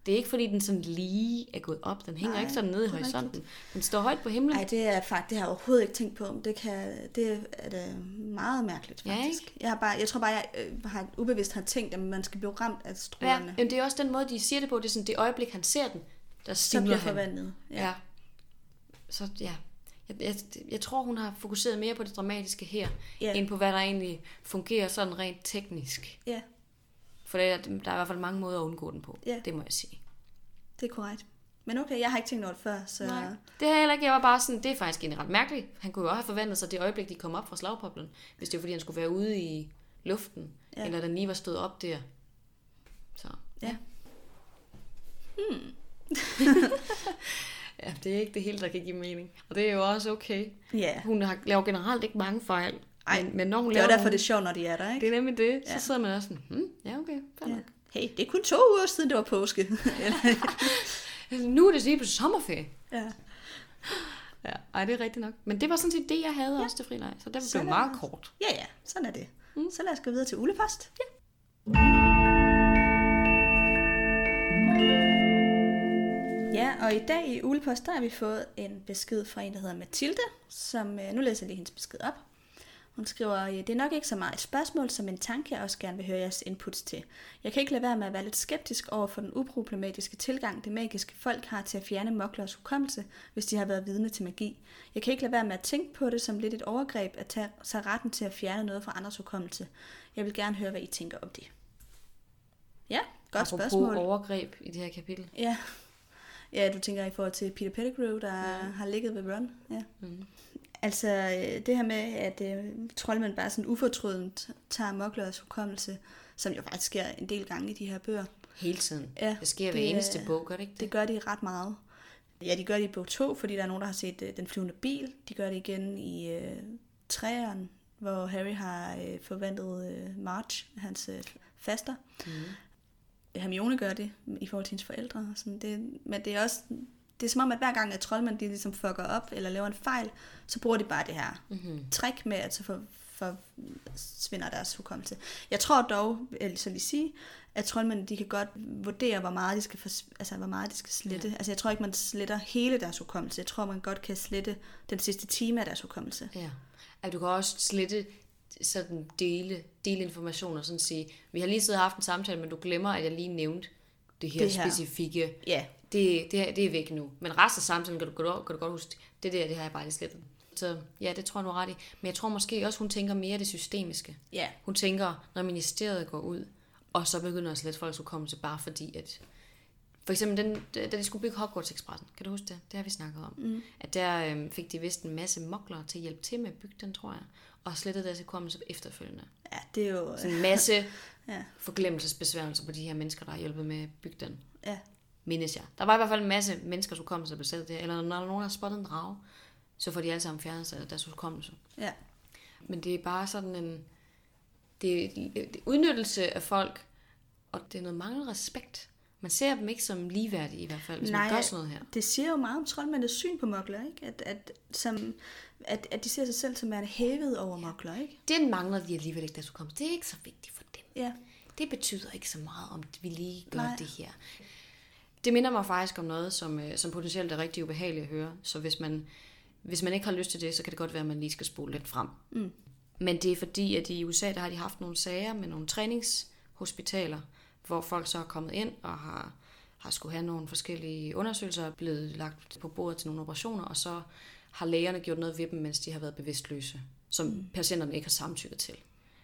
A: Det er ikke, fordi den sådan lige er gået op. Den hænger ikke sådan nede i horisonten. Den står højt på himlen.
B: Nej, det har jeg overhovedet ikke tænkt på. Det er da meget mærkeligt, faktisk.
A: Ja,
B: jeg tror bare, jeg har ubevidst har tænkt, at man skal blive ramt af strålerne.
A: Ja, men det er også den måde, de siger det på. Det er sådan det øjeblik, han ser den, der
B: så
A: stimler
B: bliver
A: han.
B: forvandlet.
A: Ja. Så ja. Jeg tror, hun har fokuseret mere på det dramatiske her, end på, hvad der egentlig fungerer sådan rent teknisk.
B: Ja.
A: For der er i hvert fald mange måder at undgå den på.
B: Ja.
A: Det må jeg sige.
B: Det er korrekt. Men okay, jeg har ikke tænkt over det før, så...
A: Nej, det har jeg heller ikke. Jeg var bare sådan, det er faktisk egentlig ret mærkeligt. Han kunne jo også have forventet sig det øjeblik, de kom op fra slagpoplen, hvis det var, fordi han skulle være ude i luften, eller den lige var stået op der. Så,
B: ja.
A: Ja, det er ikke det hele, der kan give mening. Og det er jo også okay.
B: Yeah.
A: Hun laver generelt ikke mange fejl. Men når hun
B: det er derfor, det er sjovt, når de er der, ikke?
A: Det er nemlig det. Så sidder man også sådan, ja okay, fair nok.
B: Hey, det er kun 2 uger siden, det var påske.
A: Nu er det lige på sommerferie.
B: Ja.
A: Ja, ej, det er rigtigt nok. Men det var sådan set det, jeg havde også til frileg. Så det blev meget kort.
B: Ja, sådan er det. Så lad os gå videre til ulepost.
A: Ja.
B: Ja, og i dag i ulepost, der har vi fået en besked fra en, der hedder Mathilde, som, nu læser jeg lige hendes besked op. Hun skriver, det er nok ikke så meget et spørgsmål, som en tanke, jeg også gerne vil høre jeres inputs til. Jeg kan ikke lade være med at være lidt skeptisk over for den uproblematiske tilgang, det magiske folk har til at fjerne moklers hukommelse, hvis de har været vidne til magi. Jeg kan ikke lade være med at tænke på det som lidt et overgreb at tage sig retten til at fjerne noget fra andres hukommelse. Jeg vil gerne høre, hvad I tænker om det. Ja, godt spørgsmål.
A: Apropos overgreb i det her kapitel.
B: Ja, du tænker i forhold til Peter Pettigrew, der har ligget ved Ron. Ja. Altså det her med, at troldmænd bare sådan ufortrødent tager moklers hukommelse, som jo faktisk sker en del gange i de her bøger.
A: Hele tiden.
B: Ja,
A: det sker ved eneste bog, gør det ikke det?
B: Det gør de ret meget. Ja, de gør det i bog 2, fordi der er nogen, der har set Den flyvende bil. De gør det igen i 3'eren, hvor Harry har forvandlet Marge, hans faster. Hermione gør det i forhold til hendes forældre. Og sådan. Men det er også... Det er som om, at hver gang, at troldmænd de ligesom fucker op eller laver en fejl, så bruger de bare det her trick med, at så forsvinder deres hukommelse. Jeg tror dog, så lige sige, at troldmænd de kan godt vurdere, hvor meget de skal slette. Ja. Altså jeg tror ikke, man sletter hele deres hukommelse. Jeg tror, man godt kan slette den sidste time af deres hukommelse.
A: Ja. Altså, du kan også slette sådan dele informationer, sådan sige, vi har lige siddet og haft en samtale, men du glemmer, at jeg lige nævnte det her specifikke.
B: Ja.
A: Det er væk nu. Men resten af samtalen kan du godt huske, det har jeg bare lige slettet. Så ja, det tror jeg, du er ret i. Men jeg tror måske også, hun tænker mere det systemiske.
B: Ja.
A: Hun tænker, når ministeriet går ud, og så begynder at slette folks hukommelse, bare fordi at... For eksempel, da de skulle bygge Hogwarts-Expressen, kan du huske det? Det har vi snakket om. At der fik de vist en masse moklere til at hjælpe til med at bygge den, tror jeg. Og slettede deres hukommelse efterfølgende.
B: Ja, det er jo...
A: Så en masse forglemmelsesbesværgelser på de her mennesker, der har hjulpet med at bygge den.
B: Ja.
A: Mindes jeg. Der var i hvert fald en masse menneskers hukommelse, der blev slettet der. Eller når nogen har spottet en drage, så får de alle sammen fjernet deres hukommelse.
B: Ja.
A: Men det er bare sådan en... Det er udnyttelse af folk, og det er noget manglende respekt. Man ser dem ikke som ligeværdige i hvert fald, hvis man gør sådan noget her.
B: Det siger jo meget om troldmændenes syn på mokler, ikke? At de ser sig selv som er hævet over mokler, ikke?
A: Det mangler de alligevel ikke, der skulle komme. Det er ikke så vigtigt for dem.
B: Ja.
A: Det betyder ikke så meget, om vi lige gør det her. Det minder mig faktisk om noget, som potentielt er rigtig ubehageligt at høre. Så hvis man ikke har lyst til det, så kan det godt være, at man lige skal spole lidt frem. Men det er fordi, at i USA, der har de haft nogle sager med nogle træningshospitaler, hvor folk så er kommet ind og har skulle have nogle forskellige undersøgelser, og blevet lagt på bordet til nogle operationer, og så har lægerne gjort noget ved dem, mens de har været bevidstløse, som patienterne ikke har samtykket til.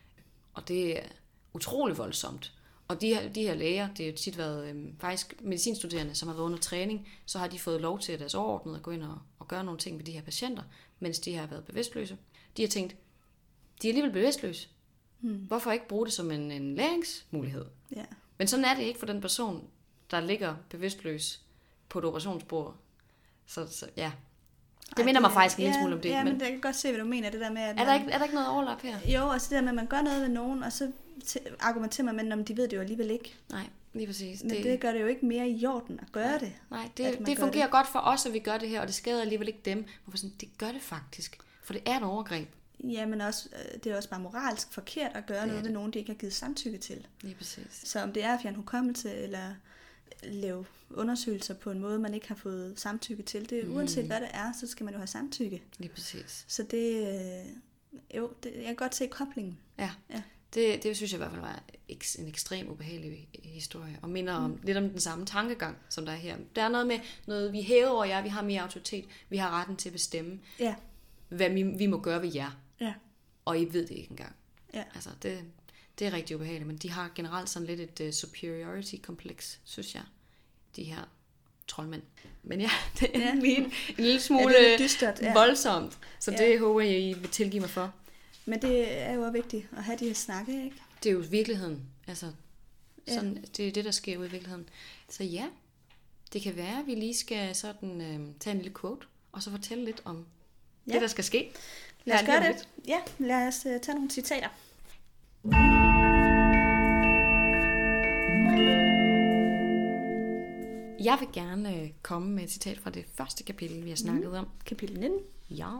A: Og det er utrolig voldsomt. Og de her læger, det har tit været faktisk medicinstuderende, som har været under træning, så har de fået lov til at deres overordnede at gå ind og gøre nogle ting med de her patienter, mens de har været bevidstløse. De har tænkt, de er alligevel bevidstløse. Hvorfor ikke bruge det som en læringsmulighed?
B: Ja.
A: Men sådan er det ikke for den person, der ligger bevidstløs på et operationsbord. Så ja. Det minder mig faktisk en lille smule om det.
B: Ja, men jeg kan godt se, hvad du mener. Det der med, at
A: er der ikke noget overlap her?
B: Jo, altså det der med, at man gør noget ved nogen, og så argumenterer man, men om de ved det jo alligevel ikke.
A: Nej, lige præcis.
B: Men det gør det jo ikke mere i orden at gøre det.
A: Nej, det fungerer godt for os, at vi gør det her, og det skader alligevel ikke dem. Hvorfor sådan, det gør det faktisk. For det er et overgreb.
B: Ja, men også, det er også bare moralsk forkert at gøre noget ved nogen, de ikke har givet samtykke til.
A: Lige præcis.
B: Så om det er at fjerne hukommelse, eller lave undersøgelser på en måde, man ikke har fået samtykke til. Det, uanset hvad det er, så skal man jo have samtykke.
A: Lige præcis.
B: Så jeg kan godt se koblingen.
A: Ja. Det synes jeg i hvert fald var en ekstrem ubehagelig historie, og minder om lidt om den samme tankegang, som der er her. Der er noget med, noget vi hæver over jer, vi har mere autoritet, vi har retten til at bestemme, hvad vi må gøre ved jer. Ja. Og I ved det ikke engang. Ja. Altså, det er rigtig ubehageligt, men de har generelt sådan lidt et superiority-kompleks, synes jeg, de her troldmænd. Men ja, det er en lille smule dystert, voldsomt, så det håber jeg, I vil tilgive mig for.
B: Men det er jo også vigtigt at have de her snakke, ikke?
A: Det er jo virkeligheden. Altså, sådan, det er det, der sker ude i virkeligheden. Så ja, det kan være, at vi lige skal sådan, tage en lille quote, og så fortælle lidt om det, der skal ske.
B: Lad os gøre det. Ja, lad os tage nogle citater.
A: Jeg vil gerne komme med et citat fra det første kapitel, vi har snakket om.
B: Kapitel 19.
A: Ja.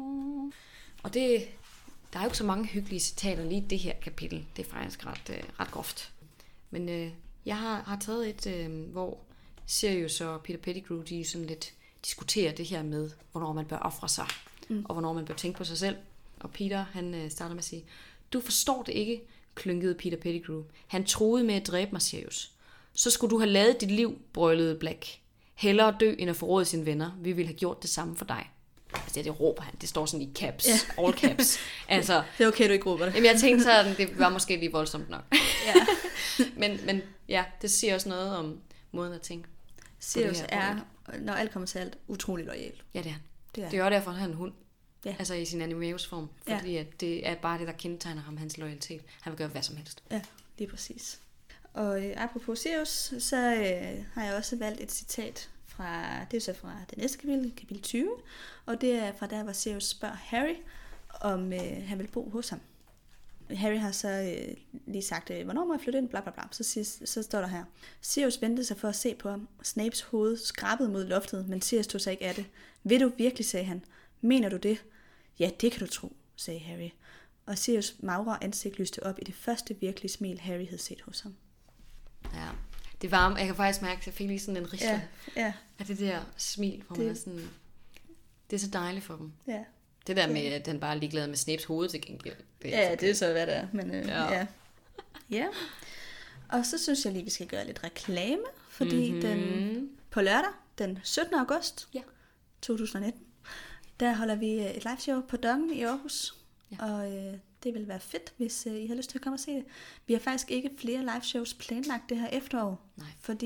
A: Og der er jo ikke så mange hyggelige citater lige i det her kapitel. Det er faktisk ret groft. Men jeg har taget et, hvor Sirius og Peter Pettigrew, de sådan lidt diskuterer det her med, hvornår man bør ofre sig, og hvornår man bør tænke på sig selv. Og Peter, han starter med at sige, du forstår det ikke, klynkede Peter Pettigrew. Han troede med at dræbe mig, Sirius. Så skulle du have lavet dit liv, brølede Black. Hellere dø, end at forråde sine venner. Vi ville have gjort det samme for dig. Altså det råber han. Det står sådan i caps. All caps. Altså,
B: det er okay, du ikke råber det.
A: Jamen jeg tænkte sådan, det var måske lige voldsomt nok. men ja, det siger også noget om måden at tænke.
B: Sirius er, når alt kommer til alt, utrolig loyal.
A: Ja, det er han. Det er jo derfor, at han er en hund. Ja. Altså i sin animeus form. Fordi at det er bare det, der kendetegner ham, hans loyalitet. Han vil gøre hvad som helst.
B: Ja, lige præcis. Og apropos Sirius, så har jeg også valgt et citat det er så fra det næste kapitel 20, og det er fra der, hvor Sirius spørger Harry, om han vil bo hos ham. Harry har så lige sagt, hvornår må jeg flytte ind, bla bla bla. Så står der her, Sirius ventede sig for at se på ham. Snapes hoved skrabede mod loftet, men Sirius tog sig ikke af det. Vil du virkelig, sagde han. Mener du det? Ja, det kan du tro, sagde Harry. Og Sirius magre ansigt lyste op i det første virkelige smil, Harry havde set hos ham.
A: Ja, det varme. Jeg kan faktisk mærke, at jeg fik lige sådan en risler af det der smil, hvor man er sådan, det er så dejligt for dem. Ja. Det der med, at han bare er ligeglad med Snapes hoved til gengæld.
B: Det er så, hvad det er. Men, ja. Og så synes jeg lige, vi skal gøre lidt reklame, fordi på lørdag, den 17. august 2019, der holder vi et liveshow på Dongen i Aarhus. Ja. Og det vil være fedt, hvis I har lyst til at komme og se det. Vi har faktisk ikke flere liveshows planlagt det her efterår. Nej. Fordi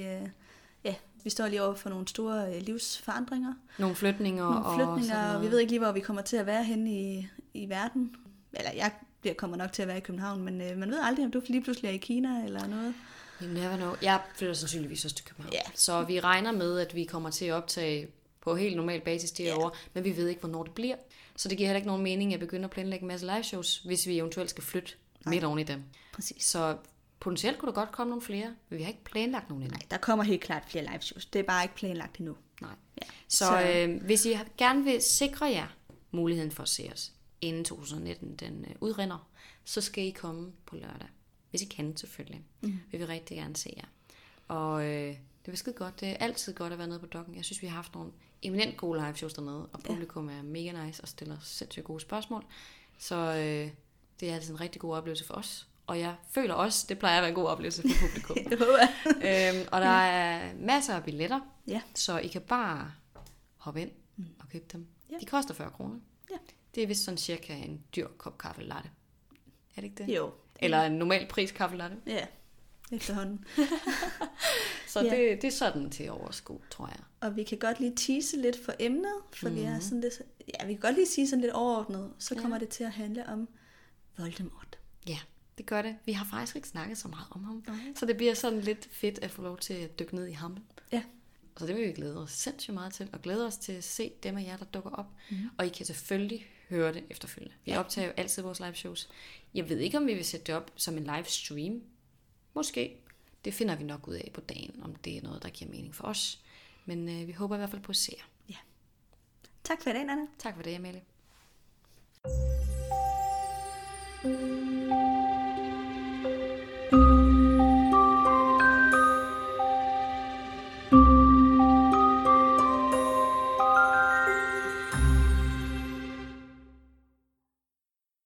B: vi står lige over for nogle store livsforandringer.
A: Nogle flytninger.
B: Og vi ved ikke lige, hvor vi kommer til at være henne i verden. Eller jeg kommer nok til at være i København, men man ved aldrig, om du lige pludselig er i Kina eller noget.
A: You never know. Jeg flytter sandsynligvis også til København. Yeah. Så vi regner med, at vi kommer til at optage på helt normal basis derovre, men vi ved ikke, hvornår det bliver. Så det giver heller ikke nogen mening at begynde at planlægge en masse liveshows, hvis vi eventuelt skal flytte midt oven i dem. Præcis. Så potentielt kunne der godt komme nogle flere, men vi har ikke planlagt nogen endnu.
B: Nej, der kommer helt klart flere liveshows. Det er bare ikke planlagt endnu.
A: Nej. Ja. Så hvis I gerne vil sikre jer muligheden for at se os, inden 2019 den udrinder, så skal I komme på lørdag. Hvis I kan, selvfølgelig. Vi vil rigtig gerne se jer. Og det var skide godt. Det er altid godt at være nede på Dokken. Jeg synes, vi har haft nogle eminent gode live shows dernede, og publikum er mega nice og stiller sindssygt gode spørgsmål. Så det er altid en rigtig god oplevelse for os. Og jeg føler også, det plejer at være en god oplevelse for publikum. Og der er masser af billetter, så I kan bare hoppe ind og købe dem. De koster 40 kroner. Ja. Det er vist sådan cirka en dyr kop kaffe latte. Er det ikke det? Jo. Eller en normal pris kaffe latte.
B: Ja, efterhånden.
A: Så det er sådan til overskue, tror jeg.
B: Og vi kan godt lige tease lidt for emnet, for vi er sådan lidt, vi kan godt lige sige sådan lidt overordnet, så kommer det til at handle om Voldemort.
A: Ja, det gør det. Vi har faktisk ikke snakket så meget om ham, så det bliver sådan lidt fedt at få lov til at dykke ned i ham. Ja. Så det vil vi glæde os sindssygt meget til, og glæde os til at se dem af jer, der dukker op. Og I kan selvfølgelig høre det efterfølgende. Vi optager jo altid vores live shows. Jeg ved ikke, om vi vil sætte det op som en livestream. Måske. Det finder vi nok ud af på dagen, om det er noget, der giver mening for os. Men vi håber i hvert fald på at se jer.
B: Ja. Tak for i dag, Anna.
A: Tak for det, Amalie.